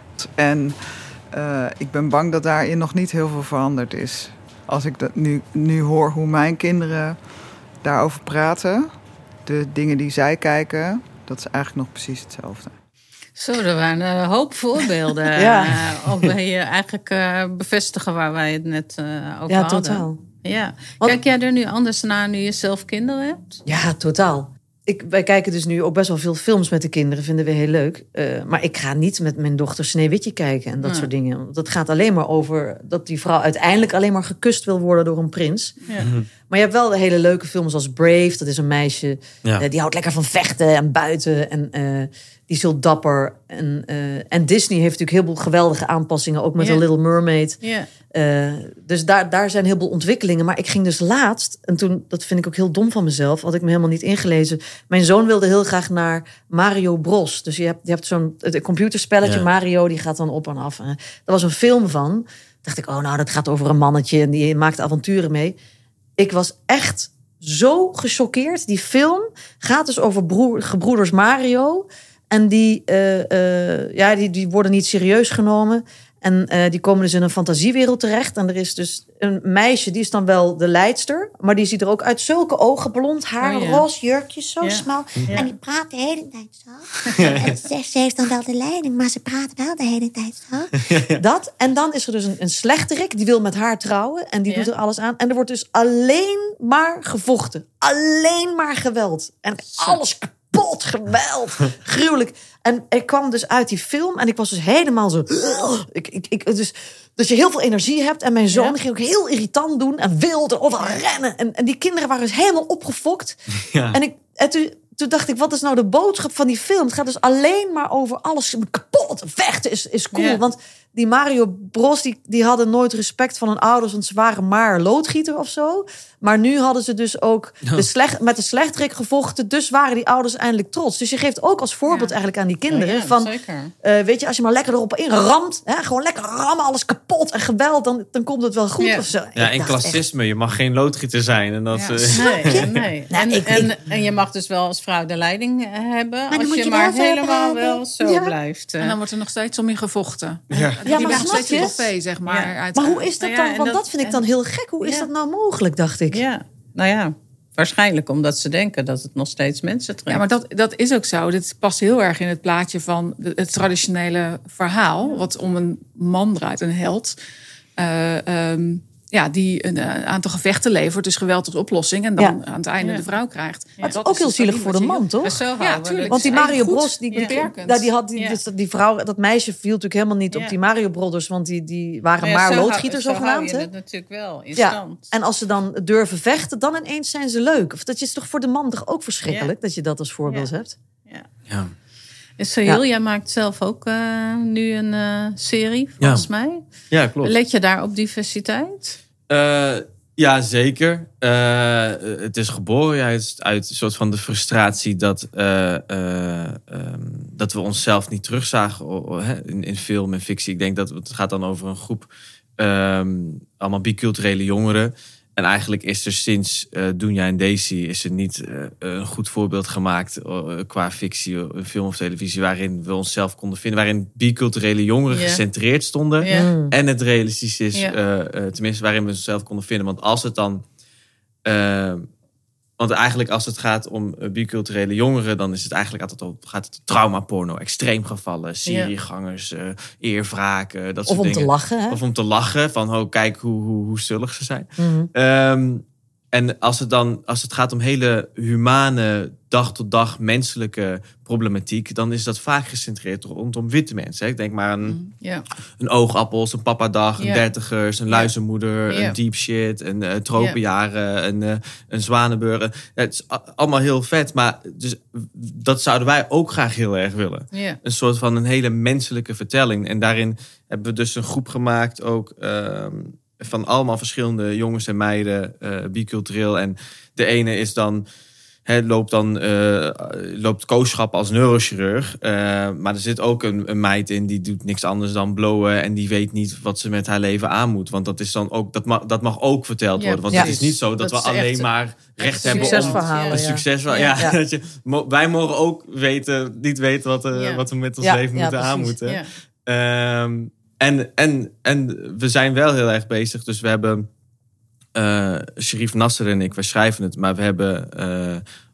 En uh, ik ben bang dat daarin nog niet heel veel veranderd is. Als ik dat nu, nu hoor hoe mijn kinderen daarover praten, de dingen die zij kijken, dat is eigenlijk nog precies hetzelfde. Zo, er waren een hoop voorbeelden. Ja. Uh, ook bij je eigenlijk uh, bevestigen waar wij het net uh, over ja, hadden. Totaal. Ja, totaal. Kijk jij er nu anders naar nu je zelf kinderen hebt? Ja, totaal. Ik, wij kijken dus nu ook best wel veel films met de kinderen. Vinden we heel leuk. Uh, maar ik ga niet met mijn dochter Sneeuwwitje kijken en dat ja. soort dingen. Dat gaat alleen maar over dat die vrouw uiteindelijk alleen maar gekust wil worden door een prins. Ja. Mm-hmm. Maar je hebt wel de hele leuke films als Brave. Dat is een meisje ja. uh, die houdt lekker van vechten en buiten. En uh, die is heel dapper. En, uh, en Disney heeft natuurlijk heel veel geweldige aanpassingen. Ook met ja. The Little Mermaid. Ja. Uh, dus daar, daar zijn heel veel ontwikkelingen. Maar ik ging dus laatst, en toen, dat vind ik ook heel dom van mezelf, had ik me helemaal niet ingelezen. Mijn zoon wilde heel graag naar Mario Bros. Dus je hebt, je hebt zo'n het computerspelletje, ja. Mario, die gaat dan op en af. Uh, daar was een film van. Dacht ik, oh nou, dat gaat over een mannetje en die maakt avonturen mee. Ik was echt zo gechoqueerd. Die film gaat dus over broer, gebroeders Mario. En die, uh, uh, ja, die, die worden niet serieus genomen. En uh, die komen dus in een fantasiewereld terecht. En er is dus een meisje, die is dan wel de leidster. Maar die ziet er ook uit. Zulke ogen, blond haar, oh, ja. roze jurkjes, zo ja. smal. Ja. En die praat de hele tijd zo. Ja. En ze, ze heeft dan wel de leiding, maar ze praat wel de hele tijd zo. Ja, ja. Dat. En dan is er dus een, een slechterik, die wil met haar trouwen. En die ja. doet er alles aan. En er wordt dus alleen maar gevochten. Alleen maar geweld. En alles kapot, geweld. Gruwelijk. En ik kwam dus uit die film en ik was dus helemaal zo. Ik, ik, ik, dus, dus je heel veel energie hebt. En mijn zoon ja. ging ook heel irritant doen en wild en overal rennen. En, en die kinderen waren dus helemaal opgefokt. Ja. En, ik, en toen, toen dacht ik, wat is nou de boodschap van die film? Het gaat dus alleen maar over alles kapot. Vechten is, is cool. Ja. Want die Mario Bros, die, die hadden nooit respect van hun ouders, want ze waren maar loodgieter of zo. Maar nu hadden ze dus ook de slecht, met de slechterik gevochten. Dus waren die ouders eindelijk trots. Dus je geeft ook als voorbeeld ja. eigenlijk aan die kinderen. Ja, ja, van, uh, weet je, als je maar lekker erop in ramt, hè, gewoon lekker rammen, alles kapot en geweld, dan, dan komt het wel goed ja. of zo. Ja, en klassisme. Echt, je mag geen loodgieter zijn. En, dat, ja. uh... nee, nee. Nou, en, ik, en, ik... en je mag dus wel als vrouw de leiding hebben, maar als je, je maar helemaal wel zo ja. blijft. Uh. En dan wordt er nog steeds om je gevochten. Ja, ja, ja maar snap je? Trofee, zeg maar. Ja. Maar hoe is dat dan? Want dat vind ik dan heel gek. Hoe is ja. dat nou mogelijk, dacht ik? Ja, nou ja, waarschijnlijk omdat ze denken dat het nog steeds mensen trekt. Ja, maar dat, dat is ook zo. Dit past heel erg in het plaatje van het traditionele verhaal, wat om een man draait, een held. Uh, um, ja, die een, een aantal gevechten levert, dus geweld tot oplossing, en dan ja. aan het einde ja. de vrouw krijgt. Ja. Maar het is ook heel zielig voor de man, toch? Ja, ja, tuurlijk. Want die Mario Bros, die, die, ja. die, die had die, ja. dus die vrouw, dat meisje viel natuurlijk helemaal niet ja. op die Mario Brothers, want die, die waren ja, maar zo loodgieters zo zogenaamd. Zo hou je het natuurlijk wel in ja. stand. En als ze dan durven vechten, dan ineens zijn ze leuk. Of dat is toch voor de man toch ook verschrikkelijk, ja. dat je dat als voorbeeld ja. hebt? Ja. ja. Sahil, Ja. jij maakt zelf ook uh, nu een uh, serie, volgens ja. mij. Ja, klopt. Let je daar op diversiteit? Uh, ja, zeker. Uh, het is geboren uit, uit een soort van de frustratie dat, uh, uh, um, dat we onszelf niet terugzagen uh, in, in film en fictie. Ik denk dat het gaat dan over een groep um, allemaal biculturele jongeren. En eigenlijk is er sinds uh, Dunja en Daisy is er niet uh, een goed voorbeeld gemaakt uh, qua fictie, uh, film of televisie, waarin we onszelf konden vinden, waarin biculturele jongeren yeah. gecentreerd stonden Yeah. en het realistisch is, Yeah. uh, uh, tenminste waarin we onszelf konden vinden. Want als het dan, uh, want eigenlijk als het gaat om uh, biculturele jongeren, dan is het eigenlijk altijd op, gaat het traumaporno, extreemgevallen, seriegangers, uh, eerwraak, uh, dat of soort om dingen. te lachen, hè? Of om te lachen, van oh, kijk hoe, hoe, hoe zullig ze zijn. Mm-hmm. Um, en als het dan als het gaat om hele humane, dag tot dag menselijke problematiek, dan is dat vaak gecentreerd rondom witte mensen. Hè? Ik denk maar aan Mm, yeah. een oogappels, een papadag, een Yeah. dertigers, een luizenmoeder, Yeah. een deep shit, een uh, tropenjaren, yeah. een, uh, een Zwanenburger. Het is a- allemaal heel vet, maar dus, dat zouden wij ook graag heel erg willen. Yeah. Een soort van een hele menselijke vertelling. En daarin hebben we dus een groep gemaakt ook Uh, van allemaal verschillende jongens en meiden, uh, bicultureel. En de ene is dan, he, loopt dan uh, loopt kooschap als neurochirurg. Uh, maar er zit ook een, een meid in die doet niks anders dan blowen en die weet niet wat ze met haar leven aan moet. Want dat is dan ook, dat mag, dat mag ook verteld worden. Want ja. het is niet zo dat, dat we alleen echt, maar recht hebben om succesverhalen, een ja. succesverhaal. Ja. Ja. Ja. Ja. Wij mogen ook weten, niet weten wat, uh, ja. wat we met ons ja. leven ja, moeten precies. aan moeten. Ja. Um, En, en, en we zijn wel heel erg bezig. Dus we hebben uh, Sherif Nasser en ik, wij schrijven het. Maar we hebben uh,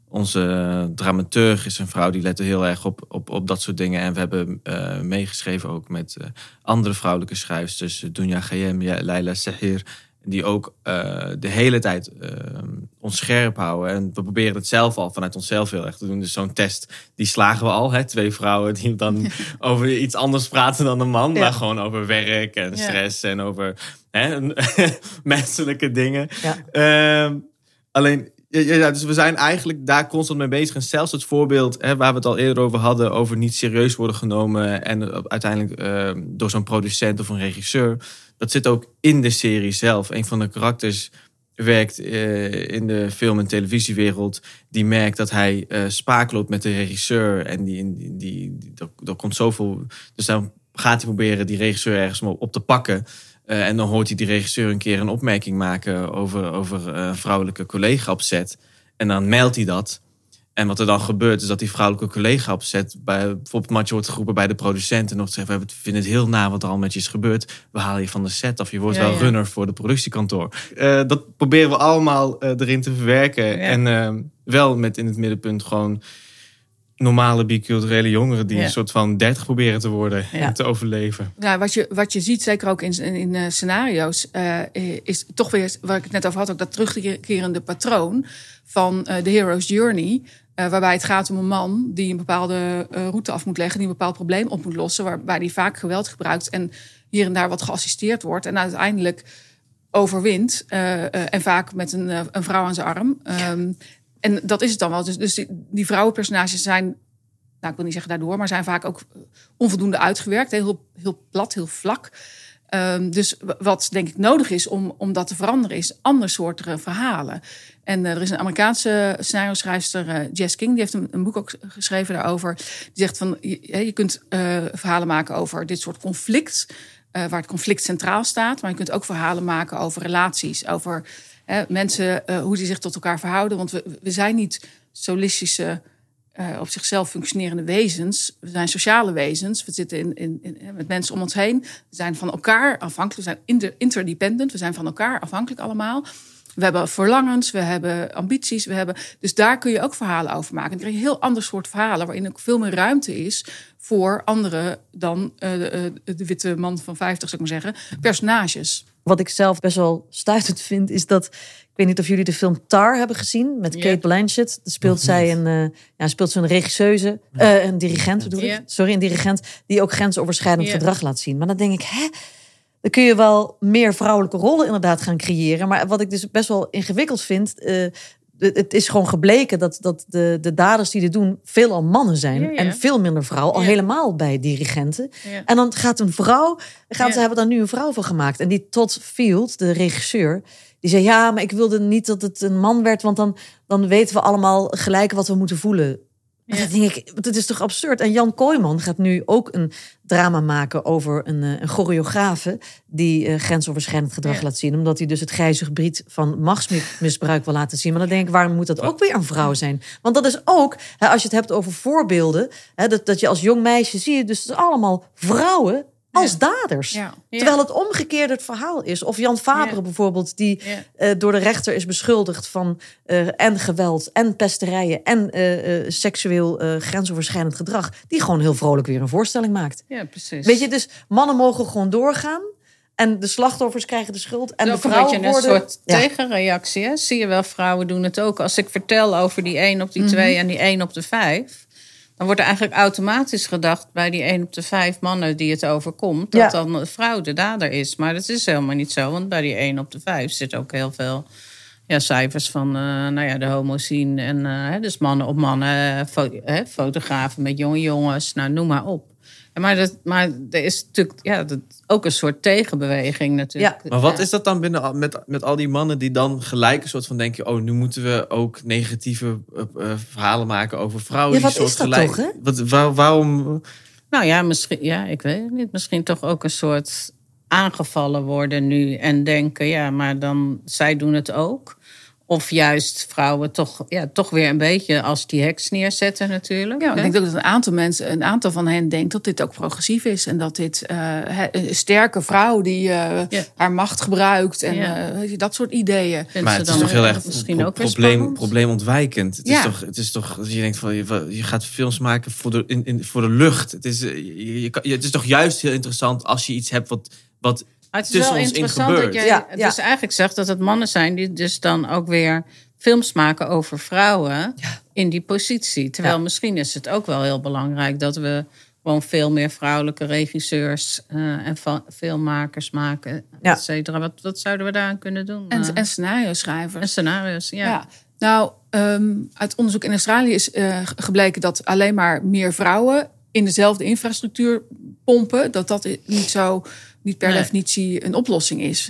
onze dramaturg is een vrouw die let er heel erg op, op, op dat soort dingen. En we hebben uh, meegeschreven ook met uh, andere vrouwelijke schrijfsters. Dunja Gayem, Leila Sahir. Die ook uh, de hele tijd uh, ons scherp houden. En we proberen het zelf al vanuit onszelf heel erg te doen. Dus zo'n test, die slagen we al. Hè? Twee vrouwen die dan over iets anders praten dan een man. Ja. Maar gewoon over werk en stress ja. en over hè, menselijke dingen. Ja. Uh, alleen, ja, dus we zijn eigenlijk daar constant mee bezig. En zelfs het voorbeeld hè, waar we het al eerder over hadden, over niet serieus worden genomen. En uiteindelijk uh, door zo'n producent of een regisseur. Dat zit ook in de serie zelf. Een van de karakters werkt uh, in de film- en televisiewereld. Die merkt dat hij uh, spaak loopt met de regisseur. En die, die, die, die, er komt zoveel. Dus dan gaat hij proberen die regisseur ergens op te pakken. Uh, en dan hoort hij die regisseur een keer een opmerking maken over, over een vrouwelijke collega op set. En dan meldt hij dat. En wat er dan gebeurt is dat die vrouwelijke collega op set bij, bijvoorbeeld matje wordt geroepen bij de producent en nog zegt, we vinden het heel na wat er al met je is gebeurd. We halen je van de set af. Je wordt ja, wel ja. runner voor de productiekantoor. Uh, dat proberen we allemaal uh, erin te verwerken. Ja. En uh, wel met in het middenpunt gewoon normale biculturele jongeren die ja. een soort van dertig proberen te worden ja. en te overleven. Ja, wat je, wat je ziet, zeker ook in, in, in uh, scenario's, uh, is toch weer, waar ik het net over had, ook dat terugkerende patroon van uh, The Hero's Journey. Uh, waarbij het gaat om een man die een bepaalde uh, route af moet leggen, die een bepaald probleem op moet lossen, waarbij hij vaak geweld gebruikt en hier en daar wat geassisteerd wordt en uiteindelijk overwint. Uh, uh, en vaak met een, uh, een vrouw aan zijn arm. Um, en dat is het dan wel. Dus, dus die, die vrouwenpersonages zijn, nou ik wil niet zeggen daardoor, maar zijn vaak ook onvoldoende uitgewerkt. Heel, heel plat, heel vlak. Um, dus wat denk ik nodig is om, om dat te veranderen, is ander soorten verhalen. En uh, er is een Amerikaanse scenario-schrijfster, uh, Jess King, die heeft een, een boek ook geschreven daarover. Die zegt van, je, je kunt uh, verhalen maken over dit soort conflict, uh, waar het conflict centraal staat. Maar je kunt ook verhalen maken over relaties, over uh, mensen, uh, hoe die zich tot elkaar verhouden. Want we, we zijn niet solistische, Uh, op zichzelf functionerende wezens. We zijn sociale wezens. We zitten in, in, in, met mensen om ons heen. We zijn van elkaar afhankelijk. We zijn inter, interdependent. We zijn van elkaar afhankelijk allemaal. We hebben verlangens. We hebben ambities. We hebben, dus daar kun je ook verhalen over maken. En dan krijg je een heel ander soort verhalen, waarin ook veel meer ruimte is voor andere dan uh, de, de witte man van vijftig, zou ik maar zeggen, personages. Wat ik zelf best wel stuitend vind, is dat, ik weet niet of jullie de film Tar hebben gezien met Cate yeah. Blanchett. Dan speelt oh, zij een, uh, ja, speelt ze een regisseuse, uh, een dirigent bedoel ik. Yeah. Sorry, een dirigent die ook grensoverschrijdend yeah. gedrag laat zien. Maar dan denk ik, hè, dan kun je wel meer vrouwelijke rollen inderdaad gaan creëren. Maar wat ik dus best wel ingewikkeld vind, uh, het is gewoon gebleken dat, dat de, de daders die dit doen veelal mannen zijn. Ja, ja. En veel minder vrouwen, al Ja. helemaal bij dirigenten. Ja. En dan gaat een vrouw, gaan Ja. ze hebben daar nu een vrouw van gemaakt. En die Todd Field, de regisseur, die zei... ja, maar ik wilde niet dat het een man werd... want dan, dan weten we allemaal gelijk wat we moeten voelen. Ja. Dat denk ik, dat is toch absurd? En Jan Kooijman gaat nu ook een drama maken over een, een choreografe die uh, grensoverschrijdend gedrag Ja. laat zien. Omdat hij dus het grijze gebied van machtsmisbruik wil laten zien. Maar dan denk ik, waarom moet dat ook weer een vrouw zijn? Want dat is ook, hè, als je het hebt over voorbeelden, hè, dat, dat je als jong meisje zie je dus het is allemaal vrouwen als Ja. daders. Ja. Terwijl het omgekeerde het verhaal is. Of Jan Fabre Ja. bijvoorbeeld, die Ja. uh, door de rechter is beschuldigd van uh, en geweld en pesterijen en uh, uh, seksueel uh, grensoverschrijdend gedrag, die gewoon heel vrolijk weer een voorstelling maakt. Ja, precies. Weet je, dus mannen mogen gewoon doorgaan en de slachtoffers krijgen de schuld en Dat de is ook een vrouwen beetje een worden... soort Ja. tegenreactie. Hè? Zie je wel, vrouwen doen het ook. Als ik vertel over die één op die Mhm. twee en die één op de vijf... dan wordt er eigenlijk automatisch gedacht bij die één op de vijf mannen die het overkomt... dat Ja. dan de vrouw de dader is. Maar dat is helemaal niet zo, want bij die één op de vijf zit ook heel veel... Ja, cijfers van uh, nou ja, de homoscene en uh, dus mannen op mannen, fo- hè, fotografen met jonge jongens, nou noem maar op. Maar, dat, maar er is natuurlijk ja, dat, ook een soort tegenbeweging natuurlijk. Ja. Maar wat is dat dan binnen al- met, met al die mannen die dan gelijk een soort van denken... oh, nu moeten we ook negatieve uh, uh, verhalen maken over vrouwen. Ja, die wat soort is dat gelijk... toch, hè? Wat, waar, waarom... Nou ja, misschien, ja, ik weet het niet. Misschien toch ook een soort aangevallen worden nu en denken, ja, maar dan zij doen het ook. Of juist vrouwen toch, ja, toch weer een beetje als die heks neerzetten natuurlijk. Ja, ik hè? denk ook dat een aantal mensen, een aantal van hen denkt dat dit ook progressief is. En dat dit uh, een sterke vrouw die uh, Ja. haar macht gebruikt. En Ja. uh, weet je, dat soort ideeën. Vinden Maar ze het is dan toch heel erg misschien pro- ook weer probleem, spannend? probleemontwijkend. Het, Ja. is toch, het is toch, je denkt van, je, je gaat films maken voor de, in, in, voor de lucht. Het is, uh, je, je, kan- je- het is toch juist heel interessant als je iets hebt wat, wat Maar het is tussen wel ons in interessant dat gebeurt. jij Ja, ja. dus eigenlijk zegt dat het mannen zijn die dus dan ook weer films maken over vrouwen in die positie. Terwijl Ja. misschien is het ook wel heel belangrijk dat we gewoon veel meer vrouwelijke regisseurs uh, en va- filmmakers maken, Ja. et cetera. Wat, wat zouden we daaraan kunnen doen? En, Uh, en scenario schrijvers. en scenario's, ja. Ja. Nou, um, uit onderzoek in Australië is uh, gebleken dat alleen maar meer vrouwen in dezelfde infrastructuur pompen, dat dat niet zo, niet per Nee. definitie een oplossing is.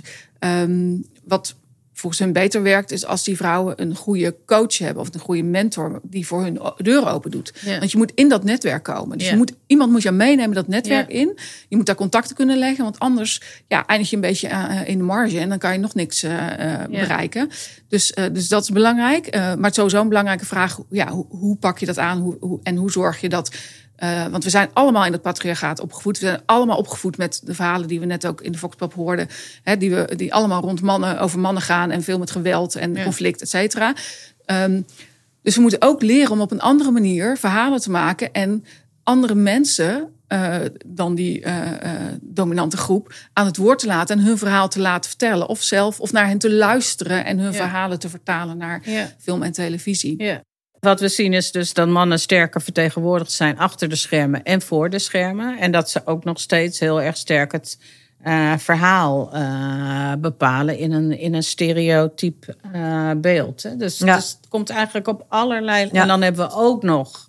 Um, wat volgens hen beter werkt, is als die vrouwen een goede coach hebben of een goede mentor die voor hun deuren open doet. Ja. Want je moet in dat netwerk komen. Dus Ja. je moet, iemand moet jou meenemen dat netwerk Ja. in. Je moet daar contacten kunnen leggen, want anders ja, eindig je een beetje uh, in de marge en dan kan je nog niks uh, uh, bereiken. Dus, uh, dus dat is belangrijk. Uh, maar het is sowieso een belangrijke vraag. Ja, hoe, hoe pak je dat aan hoe, hoe, en hoe zorg je dat... Uh, want we zijn allemaal in het patriarchaat opgevoed. We zijn allemaal opgevoed met de verhalen die we net ook in de Voxpop hoorden. Hè, die, we, die allemaal rond mannen, over mannen gaan en veel met geweld en Ja. conflict, et cetera. Um, dus we moeten ook leren om op een andere manier verhalen te maken en andere mensen uh, dan die uh, uh, dominante groep aan het woord te laten en hun verhaal te laten vertellen. Of zelf, of naar hen te luisteren en hun Ja. verhalen te vertalen naar Ja. film en televisie. Ja. Wat we zien is dus dat mannen sterker vertegenwoordigd zijn achter de schermen en voor de schermen. En dat ze ook nog steeds heel erg sterk het uh, verhaal uh, bepalen in een, in een stereotyp uh, beeld. Hè. Dus, Ja. dus het komt eigenlijk op allerlei... Ja. En dan hebben we ook nog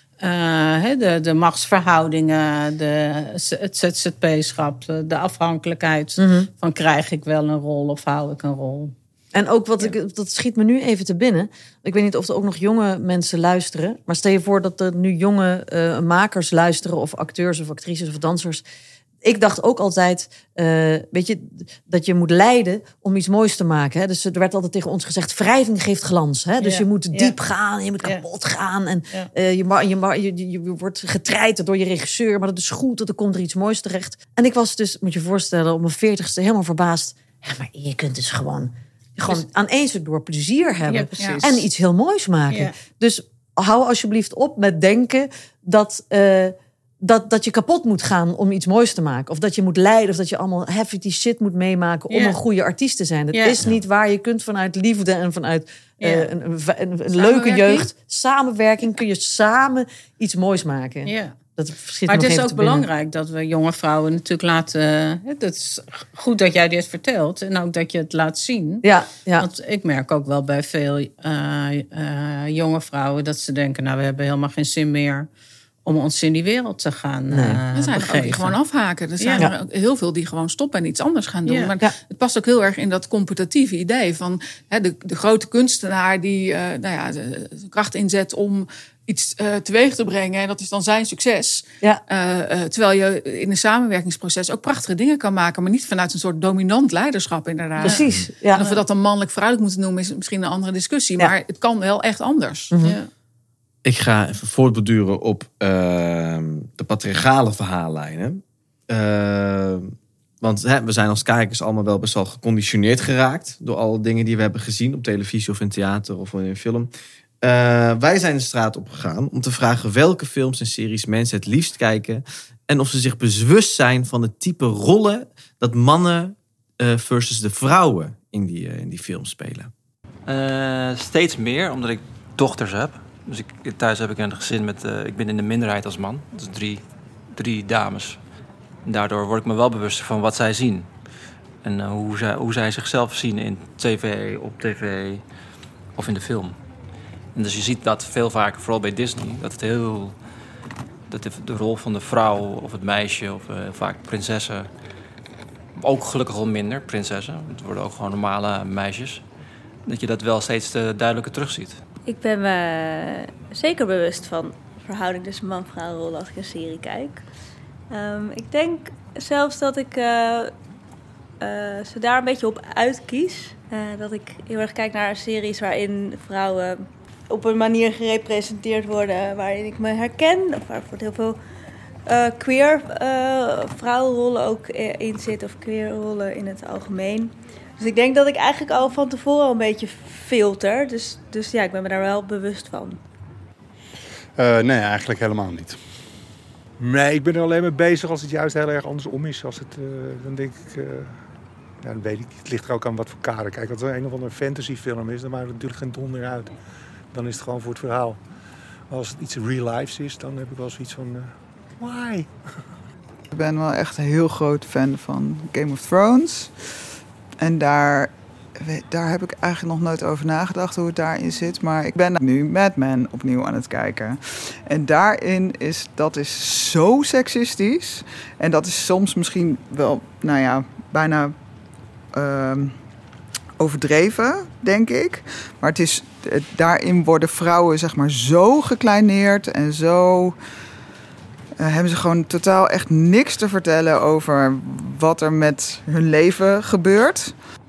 uh, de, de machtsverhoudingen, de, het Z Z P-schap, de afhankelijkheid Mhm. van krijg ik wel een rol of hou ik een rol. En ook wat ik, dat schiet me nu even te binnen. Ik weet niet of er ook nog jonge mensen luisteren. Maar stel je voor dat er nu jonge uh, makers luisteren, of acteurs of actrices of dansers. Ik dacht ook altijd, uh, weet je, dat je moet lijden om iets moois te maken. Hè? Dus er werd altijd tegen ons gezegd, wrijving geeft glans. Hè? Dus Ja, je moet ja. diep gaan, je moet Ja. kapot gaan. En Ja. uh, je, ma- je, ma- je, je, je wordt getreiterd door je regisseur. Maar dat is goed, dat er komt er iets moois terecht. En ik was dus, moet je je voorstellen, op mijn veertigste helemaal verbaasd. Ja, maar je kunt dus gewoon... Gewoon Dus- aan één stuk door plezier hebben. Ja, precies. En iets heel moois maken. Ja. Dus hou alsjeblieft op met denken dat, uh, dat, dat je kapot moet gaan om iets moois te maken. Of dat je moet lijden. Of dat je allemaal heavy shit moet meemaken om Ja. een goede artiest te zijn. Dat Ja. is niet waar. Je kunt vanuit liefde en vanuit uh, Ja. een, een, een, een leuke Samenwerking. jeugd, samenwerking, kun je samen iets moois maken. Ja. Dat verschiet Maar nog het is even ook te binnen. belangrijk dat we jonge vrouwen natuurlijk laten... Het is goed dat jij dit vertelt en ook dat je het laat zien. Ja, ja. Want ik merk ook wel bij veel uh, uh, jonge vrouwen dat ze denken... nou, we hebben helemaal geen zin meer om ons in die wereld te gaan Nee. uh, Er zijn er ook begeven. die gewoon afhaken. Er zijn Ja. er ook heel veel die gewoon stoppen en iets anders gaan doen. Ja. Maar Ja. het past ook heel erg in dat competitieve idee van hè, de, de grote kunstenaar die uh, nou ja, de, de kracht inzet om iets uh, teweeg te brengen. En dat is dan zijn succes. Ja. Uh, uh, terwijl je in een samenwerkingsproces ook prachtige dingen kan maken. Maar niet vanuit een soort dominant leiderschap inderdaad. Precies. Ja. En of we dat dan mannelijk-vrouwelijk moeten noemen is misschien een andere discussie. Ja. Maar het kan wel echt anders. Mhm. Ja. Ik ga even voortborduren op uh, de patriarchale verhaallijnen. Uh, want hè, we zijn als kijkers allemaal wel best wel geconditioneerd geraakt... door alle dingen die we hebben gezien op televisie of in theater of in een film. Uh, wij zijn de straat op gegaan om te vragen welke films en series mensen het liefst kijken... en of ze zich bewust zijn van het type rollen dat mannen uh, versus de vrouwen in die, uh, in die film spelen. Uh, steeds meer, omdat ik dochters heb. Dus ik, thuis heb ik een gezin met... Uh, ik ben in de minderheid als man. Dus drie, drie dames. En daardoor word ik me wel bewust van wat zij zien. En uh, hoe, zij, hoe zij zichzelf zien in tv, op tv of in de film. En dus je ziet dat veel vaker, vooral bij Disney... dat het heel... dat de, de rol van de vrouw of het meisje of uh, vaak prinsessen... ook gelukkig al minder, prinsessen. Het worden ook gewoon normale meisjes. Dat je dat wel steeds uh, duidelijker terugziet. Ik ben me zeker bewust van verhouding tussen man-vrouw rollen als ik een serie kijk. Um, ik denk zelfs dat ik uh, uh, ze daar een beetje op uitkies. Uh, dat ik heel erg kijk naar series waarin vrouwen op een manier gerepresenteerd worden waarin ik me herken. Of waar heel veel uh, queer uh, vrouwenrollen ook in zitten. Of queer rollen in het algemeen. Dus ik denk dat ik eigenlijk al van tevoren al een beetje filter. Dus, dus ja, ik ben me daar wel bewust van. Uh, nee, eigenlijk helemaal niet. Nee, ik ben er alleen mee bezig als het juist heel erg andersom is. Als het, uh, dan denk ik... Uh, ja, dan weet ik niet. Het ligt er ook aan wat voor kader. Kijk, als het een of andere fantasyfilm is, dan maakt het natuurlijk geen donder uit. Dan is het gewoon voor het verhaal. Als het iets real lives is, dan heb ik wel zoiets van... Uh, why? Ik ben wel echt een heel groot fan van Game of Thrones. En daar, daar heb ik eigenlijk nog nooit over nagedacht hoe het daarin zit. Maar ik ben nu Mad Men opnieuw aan het kijken. En daarin is dat is zo seksistisch. En dat is soms misschien wel, nou ja, bijna uh, overdreven, denk ik. Maar het is, het, daarin worden vrouwen zeg maar zo gekleineerd en zo... Uh, hebben ze gewoon totaal echt niks te vertellen over wat er met hun leven gebeurt.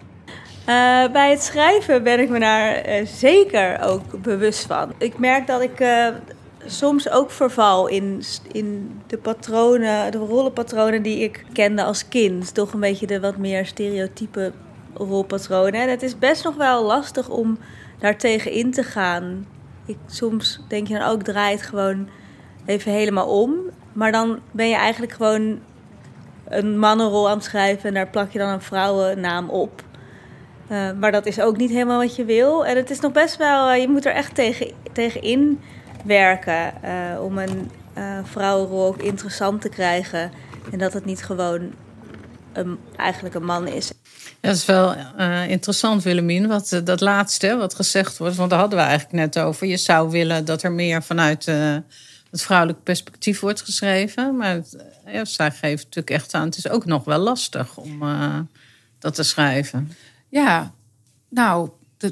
Uh, bij het schrijven ben ik me daar uh, zeker ook bewust van. Ik merk dat ik uh, soms ook verval in, in de patronen, de rollenpatronen die ik kende als kind. Toch een beetje de wat meer stereotype rolpatronen. En het is best nog wel lastig om daar tegen in te gaan. Ik, soms denk je dan ook, draai het gewoon even helemaal om. Maar dan ben je eigenlijk gewoon een mannenrol aan het schrijven en daar plak je dan een vrouwennaam op. Uh, maar dat is ook niet helemaal wat je wil. En het is nog best wel, uh, je moet er echt tegen, tegen inwerken uh, om een uh, vrouwenrol ook interessant te krijgen. En dat het niet gewoon een, eigenlijk een man is. Ja, dat is wel uh, interessant, Willemien, wat, uh, dat laatste wat gezegd wordt. Want daar hadden we eigenlijk net over. Je zou willen dat er meer vanuit uh, het vrouwelijk perspectief wordt geschreven. Maar het, ja, zij geeft natuurlijk echt aan, het is ook nog wel lastig om uh, dat te schrijven. Ja, nou, dat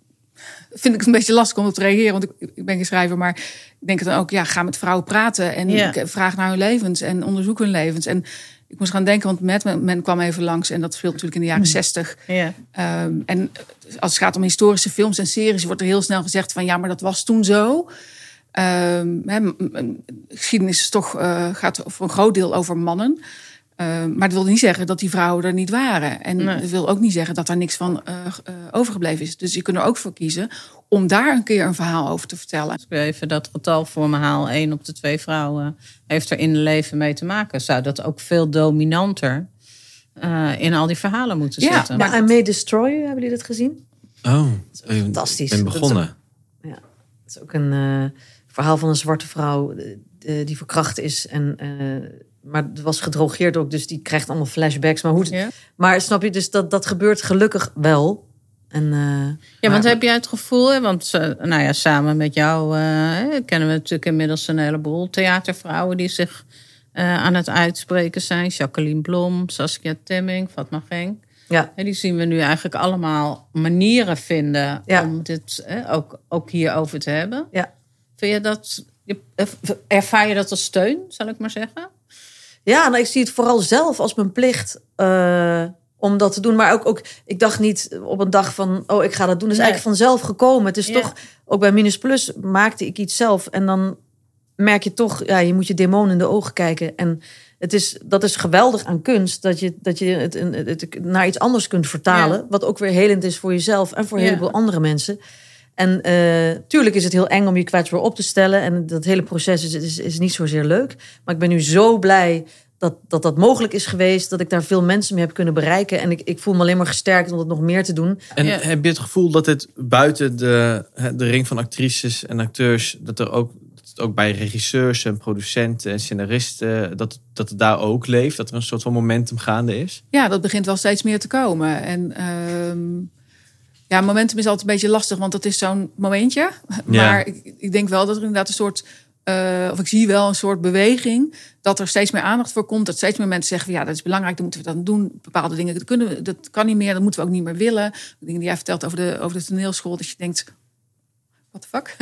vind ik een beetje lastig om op te reageren. Want ik, ik ben geen schrijver, maar ik denk dan ook... ja, ga met vrouwen praten en ja. vraag naar hun levens en onderzoek hun levens. En ik moest gaan denken, want Mad Men kwam even langs... en dat speelt natuurlijk in de jaren zestig. Ja. Um, en als het gaat om historische films en series... wordt er heel snel gezegd van ja, maar dat was toen zo... Um, he, geschiedenis is toch, uh, gaat voor een groot deel over mannen... Uh, maar dat wil niet zeggen dat die vrouwen er niet waren. En nee. dat wil ook niet zeggen dat daar niks van uh, uh, overgebleven is. Dus je kunt er ook voor kiezen om daar een keer een verhaal over te vertellen. Als ik even dat getal voor me haal, één op de twee vrouwen heeft er in het leven mee te maken. Zou dat ook veel dominanter uh, in al die verhalen moeten ja, zitten. Maar I May Destroy You, hebben jullie dat gezien? Oh, fantastisch. Ik ben begonnen. Dat is ook, ja, het is ook een uh, verhaal van een zwarte vrouw uh, die verkracht is. En, uh, maar het was gedrogeerd ook, dus die krijgt allemaal flashbacks. Maar, hoe, ja. maar snap je, dus dat, dat gebeurt gelukkig wel. En, uh, ja, maar, want heb jij het gevoel, hè, want uh, nou ja, samen met jou uh, kennen we natuurlijk inmiddels een heleboel theatervrouwen die zich uh, aan het uitspreken zijn. Jacqueline Blom, Saskia Temming, Fatma Genk. Ja. En die zien we nu eigenlijk allemaal manieren vinden ja. om dit uh, ook, ook hierover te hebben. Ja. Vind je dat, ervaar je dat als steun, zal ik maar zeggen? Ja, nou, ik zie het vooral zelf als mijn plicht uh, om dat te doen. Maar ook, ook, ik dacht niet op een dag van, oh, ik ga dat doen. Het is nee. eigenlijk vanzelf gekomen. Het is ja. toch, ook bij Minus Plus maakte ik iets zelf. En dan merk je toch, ja, je moet je demonen in de ogen kijken. En het is, dat is geweldig aan kunst, dat je, dat je het, het, het naar iets anders kunt vertalen. Ja. Wat ook weer helend is voor jezelf en voor een ja. heleboel andere mensen. En uh, tuurlijk is het heel eng om je kwetsbaar op te stellen. En dat hele proces is, is, is niet zozeer leuk. Maar ik ben nu zo blij dat, dat dat mogelijk is geweest. Dat ik daar veel mensen mee heb kunnen bereiken. En ik, ik voel me alleen maar gesterkt om dat nog meer te doen. En ja. heb je het gevoel dat het buiten de, de ring van actrices en acteurs, dat er ook, dat het ook bij regisseurs en producenten en scenaristen, dat, dat het daar ook leeft? Dat er een soort van momentum gaande is? Ja, dat begint wel steeds meer te komen. En uh... ja, momentum is altijd een beetje lastig, want dat is zo'n momentje. Ja. Maar ik, ik denk wel dat er inderdaad een soort, uh, of ik zie wel een soort beweging, dat er steeds meer aandacht voor komt. Dat steeds meer mensen zeggen van ja, dat is belangrijk, dan moeten we dat doen. Bepaalde dingen, dat, kunnen we, dat kan niet meer, dat moeten we ook niet meer willen. De dingen die jij vertelt over de, over de toneelschool, dat je denkt, what the fuck?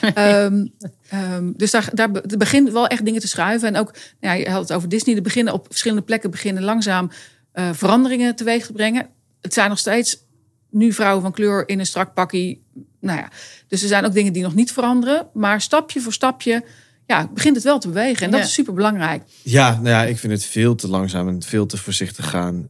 um, um, dus daar, daar begint wel echt dingen te schuiven. En ook, nou ja, je had het over Disney, er beginnen op verschillende plekken beginnen langzaam uh, veranderingen teweeg te brengen. Het zijn nog steeds nu vrouwen van kleur in een strak pakkie. Nou ja, dus er zijn ook dingen die nog niet veranderen. Maar stapje voor stapje ja, begint het wel te bewegen. En dat ja. is super belangrijk. Ja, nou ja, ik vind het veel te langzaam en veel te voorzichtig gaan.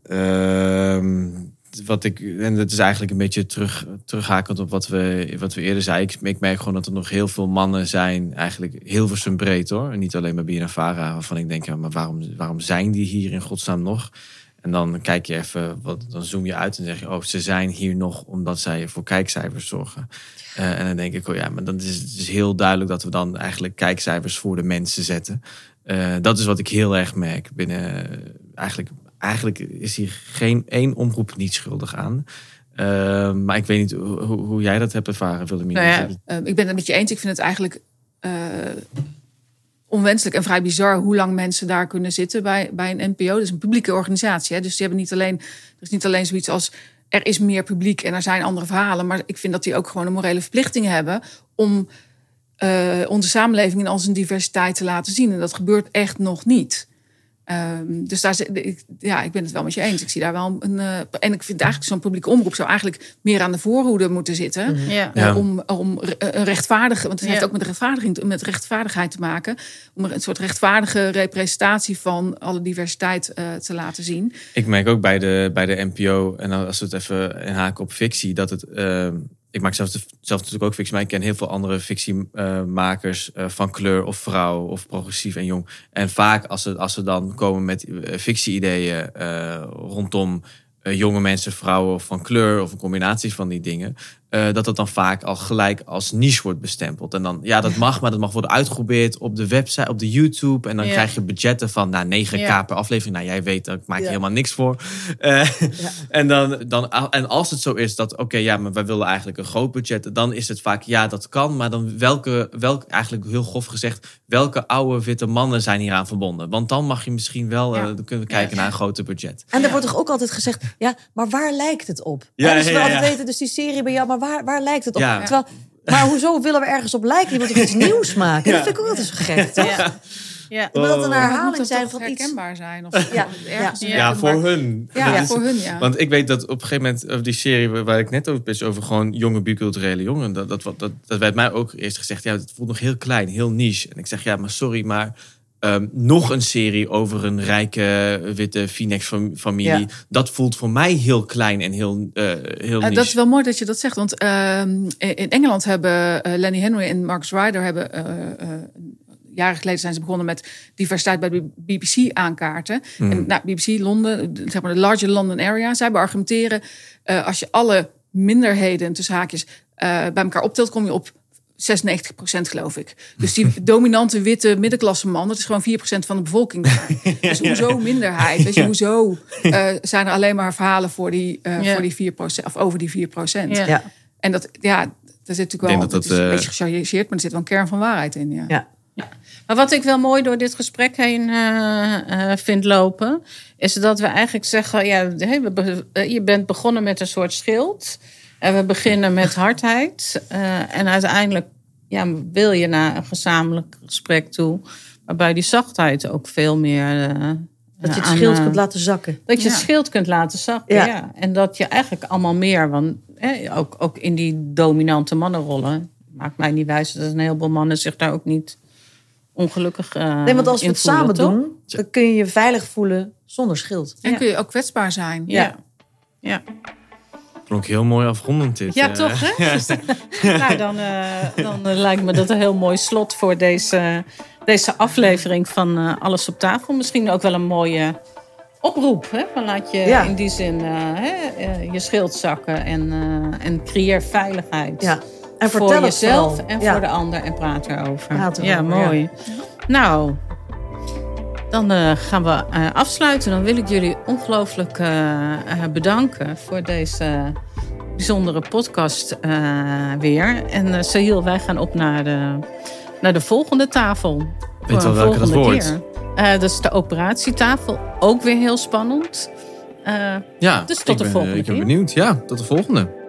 Uh, wat ik, en dat is eigenlijk een beetje terug, terughakend op wat we, wat we eerder zeiden. Ik, ik merk gewoon dat er nog heel veel mannen zijn. Eigenlijk Hilversum breed hoor. En niet alleen bij B N N Vara. Waarvan ik denk, ja, maar waarom, waarom zijn die hier in godsnaam nog? En dan kijk je even, wat, dan zoom je uit en zeg je, oh, ze zijn hier nog omdat zij voor kijkcijfers zorgen. Uh, en dan denk ik, oh ja, maar dan is het is heel duidelijk dat we dan eigenlijk kijkcijfers voor de mensen zetten. Uh, dat is wat ik heel erg merk binnen. Uh, eigenlijk, eigenlijk is hier geen één omroep niet schuldig aan. Uh, maar ik weet niet hoe, hoe jij dat hebt ervaren, Willemien. Nou ja, uh, ik ben het met je eens. Ik vind het eigenlijk Uh... onwenselijk en vrij bizar hoe lang mensen daar kunnen zitten bij, bij een N P O. Dat is een publieke organisatie. Hè? Dus die hebben niet alleen, er is niet alleen zoiets als er is meer publiek en er zijn andere verhalen. Maar ik vind dat die ook gewoon een morele verplichting hebben om uh, onze samenleving in al zijn diversiteit te laten zien. En dat gebeurt echt nog niet. Um, dus daar, ik, ja, ik ben het wel met je eens. Ik zie daar wel een. Uh, en ik vind eigenlijk zo'n publieke omroep zou eigenlijk meer aan de voorhoede moeten zitten. Mm-hmm. Ja. Uh, om, om een rechtvaardige, want het heeft ja. ook met rechtvaardiging, met rechtvaardigheid te maken. Om een soort rechtvaardige representatie van alle diversiteit uh, te laten zien. Ik merk ook bij de, bij de N P O, en als we het even inhaken op fictie, dat het. Uh, Ik maak zelf, zelf natuurlijk ook fictie, maar ik ken heel veel andere fictiemakers uh, van kleur of vrouw of progressief en jong. En vaak als ze, als ze dan komen met uh, fictie-ideeën uh, rondom uh, jonge mensen, vrouwen of van kleur of een combinatie van die dingen, uh, dat dat dan vaak al gelijk als niche wordt bestempeld. En dan, ja, dat mag, maar dat mag worden uitgeprobeerd op de website, op de YouTube. En dan ja. krijg je budgetten van nou, negen k ja. per aflevering. Nou, jij weet, daar maak je ja. helemaal niks voor. Uh, ja. en, dan, dan, en als het zo is dat, oké, okay, ja, maar wij willen eigenlijk een groot budget. Dan is het vaak, ja, dat kan. Maar dan welke, welke eigenlijk heel grof gezegd, welke oude witte mannen zijn hieraan verbonden? Want dan mag je misschien wel, ja. uh, dan kunnen we kijken ja. naar een groter budget. En er wordt toch ook altijd gezegd, ja, maar waar lijkt het op? Ja, ja, dus we ja, altijd ja. weten, dus die serie bij jou, maar waar, waar lijkt het op? Ja. Terwijl, maar hoezo willen we ergens op lijken? Je moet toch iets nieuws maken? Ja. Dat vind ik ook altijd zo gek, toch? Ja. Ja. Het moet altijd een herhaling moet zijn van herkenbaar iets. zijn. Of ja. Ja. Ja, ja, voor hun. Ja, ja. Is, voor hun, ja. Want ik weet dat op een gegeven moment, over die serie waar ik net over pitch, over gewoon jonge biculturele jongen, dat, dat, dat, dat werd mij ook eerst gezegd, ja, het voelt nog heel klein, heel niche. En ik zeg, ja, maar sorry, maar Um, nog een serie over een rijke witte Phoenix-familie. Ja. Dat voelt voor mij heel klein en heel, uh, heel niche. Uh, dat is wel mooi dat je dat zegt. Want uh, in Engeland hebben uh, Lenny Henry en Marcus Ryder hebben Uh, uh, jaren geleden zijn ze begonnen met diversiteit bij de B B C aankaarten. Mm. En nou, B B C Londen, zeg maar de larger London area. Zij beargumenteren, uh, als je alle minderheden tussen haakjes uh, bij elkaar optelt, kom je op zesennegentig procent geloof ik. Dus die dominante witte middenklasse man, dat is gewoon vier procent van de bevolking daar. Dus hoezo minderheid? Weet je, hoezo uh, zijn er alleen maar verhalen voor die, uh, ja. voor die vier procent of over die vier procent? Ja. Ja. En dat, ja, daar zit natuurlijk wel, dat dat dat, is een uh... beetje gechargeerd, maar er zit wel een kern van waarheid in. Ja. Ja. Ja. Maar wat ik wel mooi door dit gesprek heen uh, uh, vind lopen, is dat we eigenlijk zeggen, ja, hey, we be- uh, je bent begonnen met een soort schild. En we beginnen met hardheid. Uh, en uiteindelijk ja, wil je naar een gezamenlijk gesprek toe, waarbij die zachtheid ook veel meer. Uh, Dat je het aan, schild uh, kunt laten zakken. Dat je Ja. het schild kunt laten zakken, Ja. ja. En dat je eigenlijk allemaal meer, want hè, ook, ook in die dominante mannenrollen, maakt mij niet wijs dat een heleboel mannen zich daar ook niet ongelukkig uh, Nee, want als we in het voelen, samen toch? doen, dan kun je je veilig voelen zonder schild. En Ja. kun je ook kwetsbaar zijn. Ja. Ja, Klonk heel mooi afrondend dit. ja uh, toch hè? Nou, dan, uh, dan uh, lijkt me dat een heel mooi slot voor deze, deze aflevering van uh, Alles op tafel. Misschien ook wel een mooie oproep. Hè? Van laat je Ja. in die zin uh, hè, uh, je schild zakken en, uh, en creëer veiligheid. Ja. En voor vertel het jezelf vooral. en Ja. voor de ander en praat erover. Praat erover, ja, mooi. Nou, dan uh, gaan we uh, afsluiten. Dan wil ik jullie ongelooflijk uh, uh, bedanken voor deze bijzondere podcast uh, weer. En uh, Sahil, wij gaan op naar de, naar de volgende tafel. Weet wel welke dat wordt? Uh, dat is de operatietafel. Ook weer heel spannend. Uh, Ja, dus tot ik de ben, volgende ik ben keer. benieuwd. Ja, tot de volgende.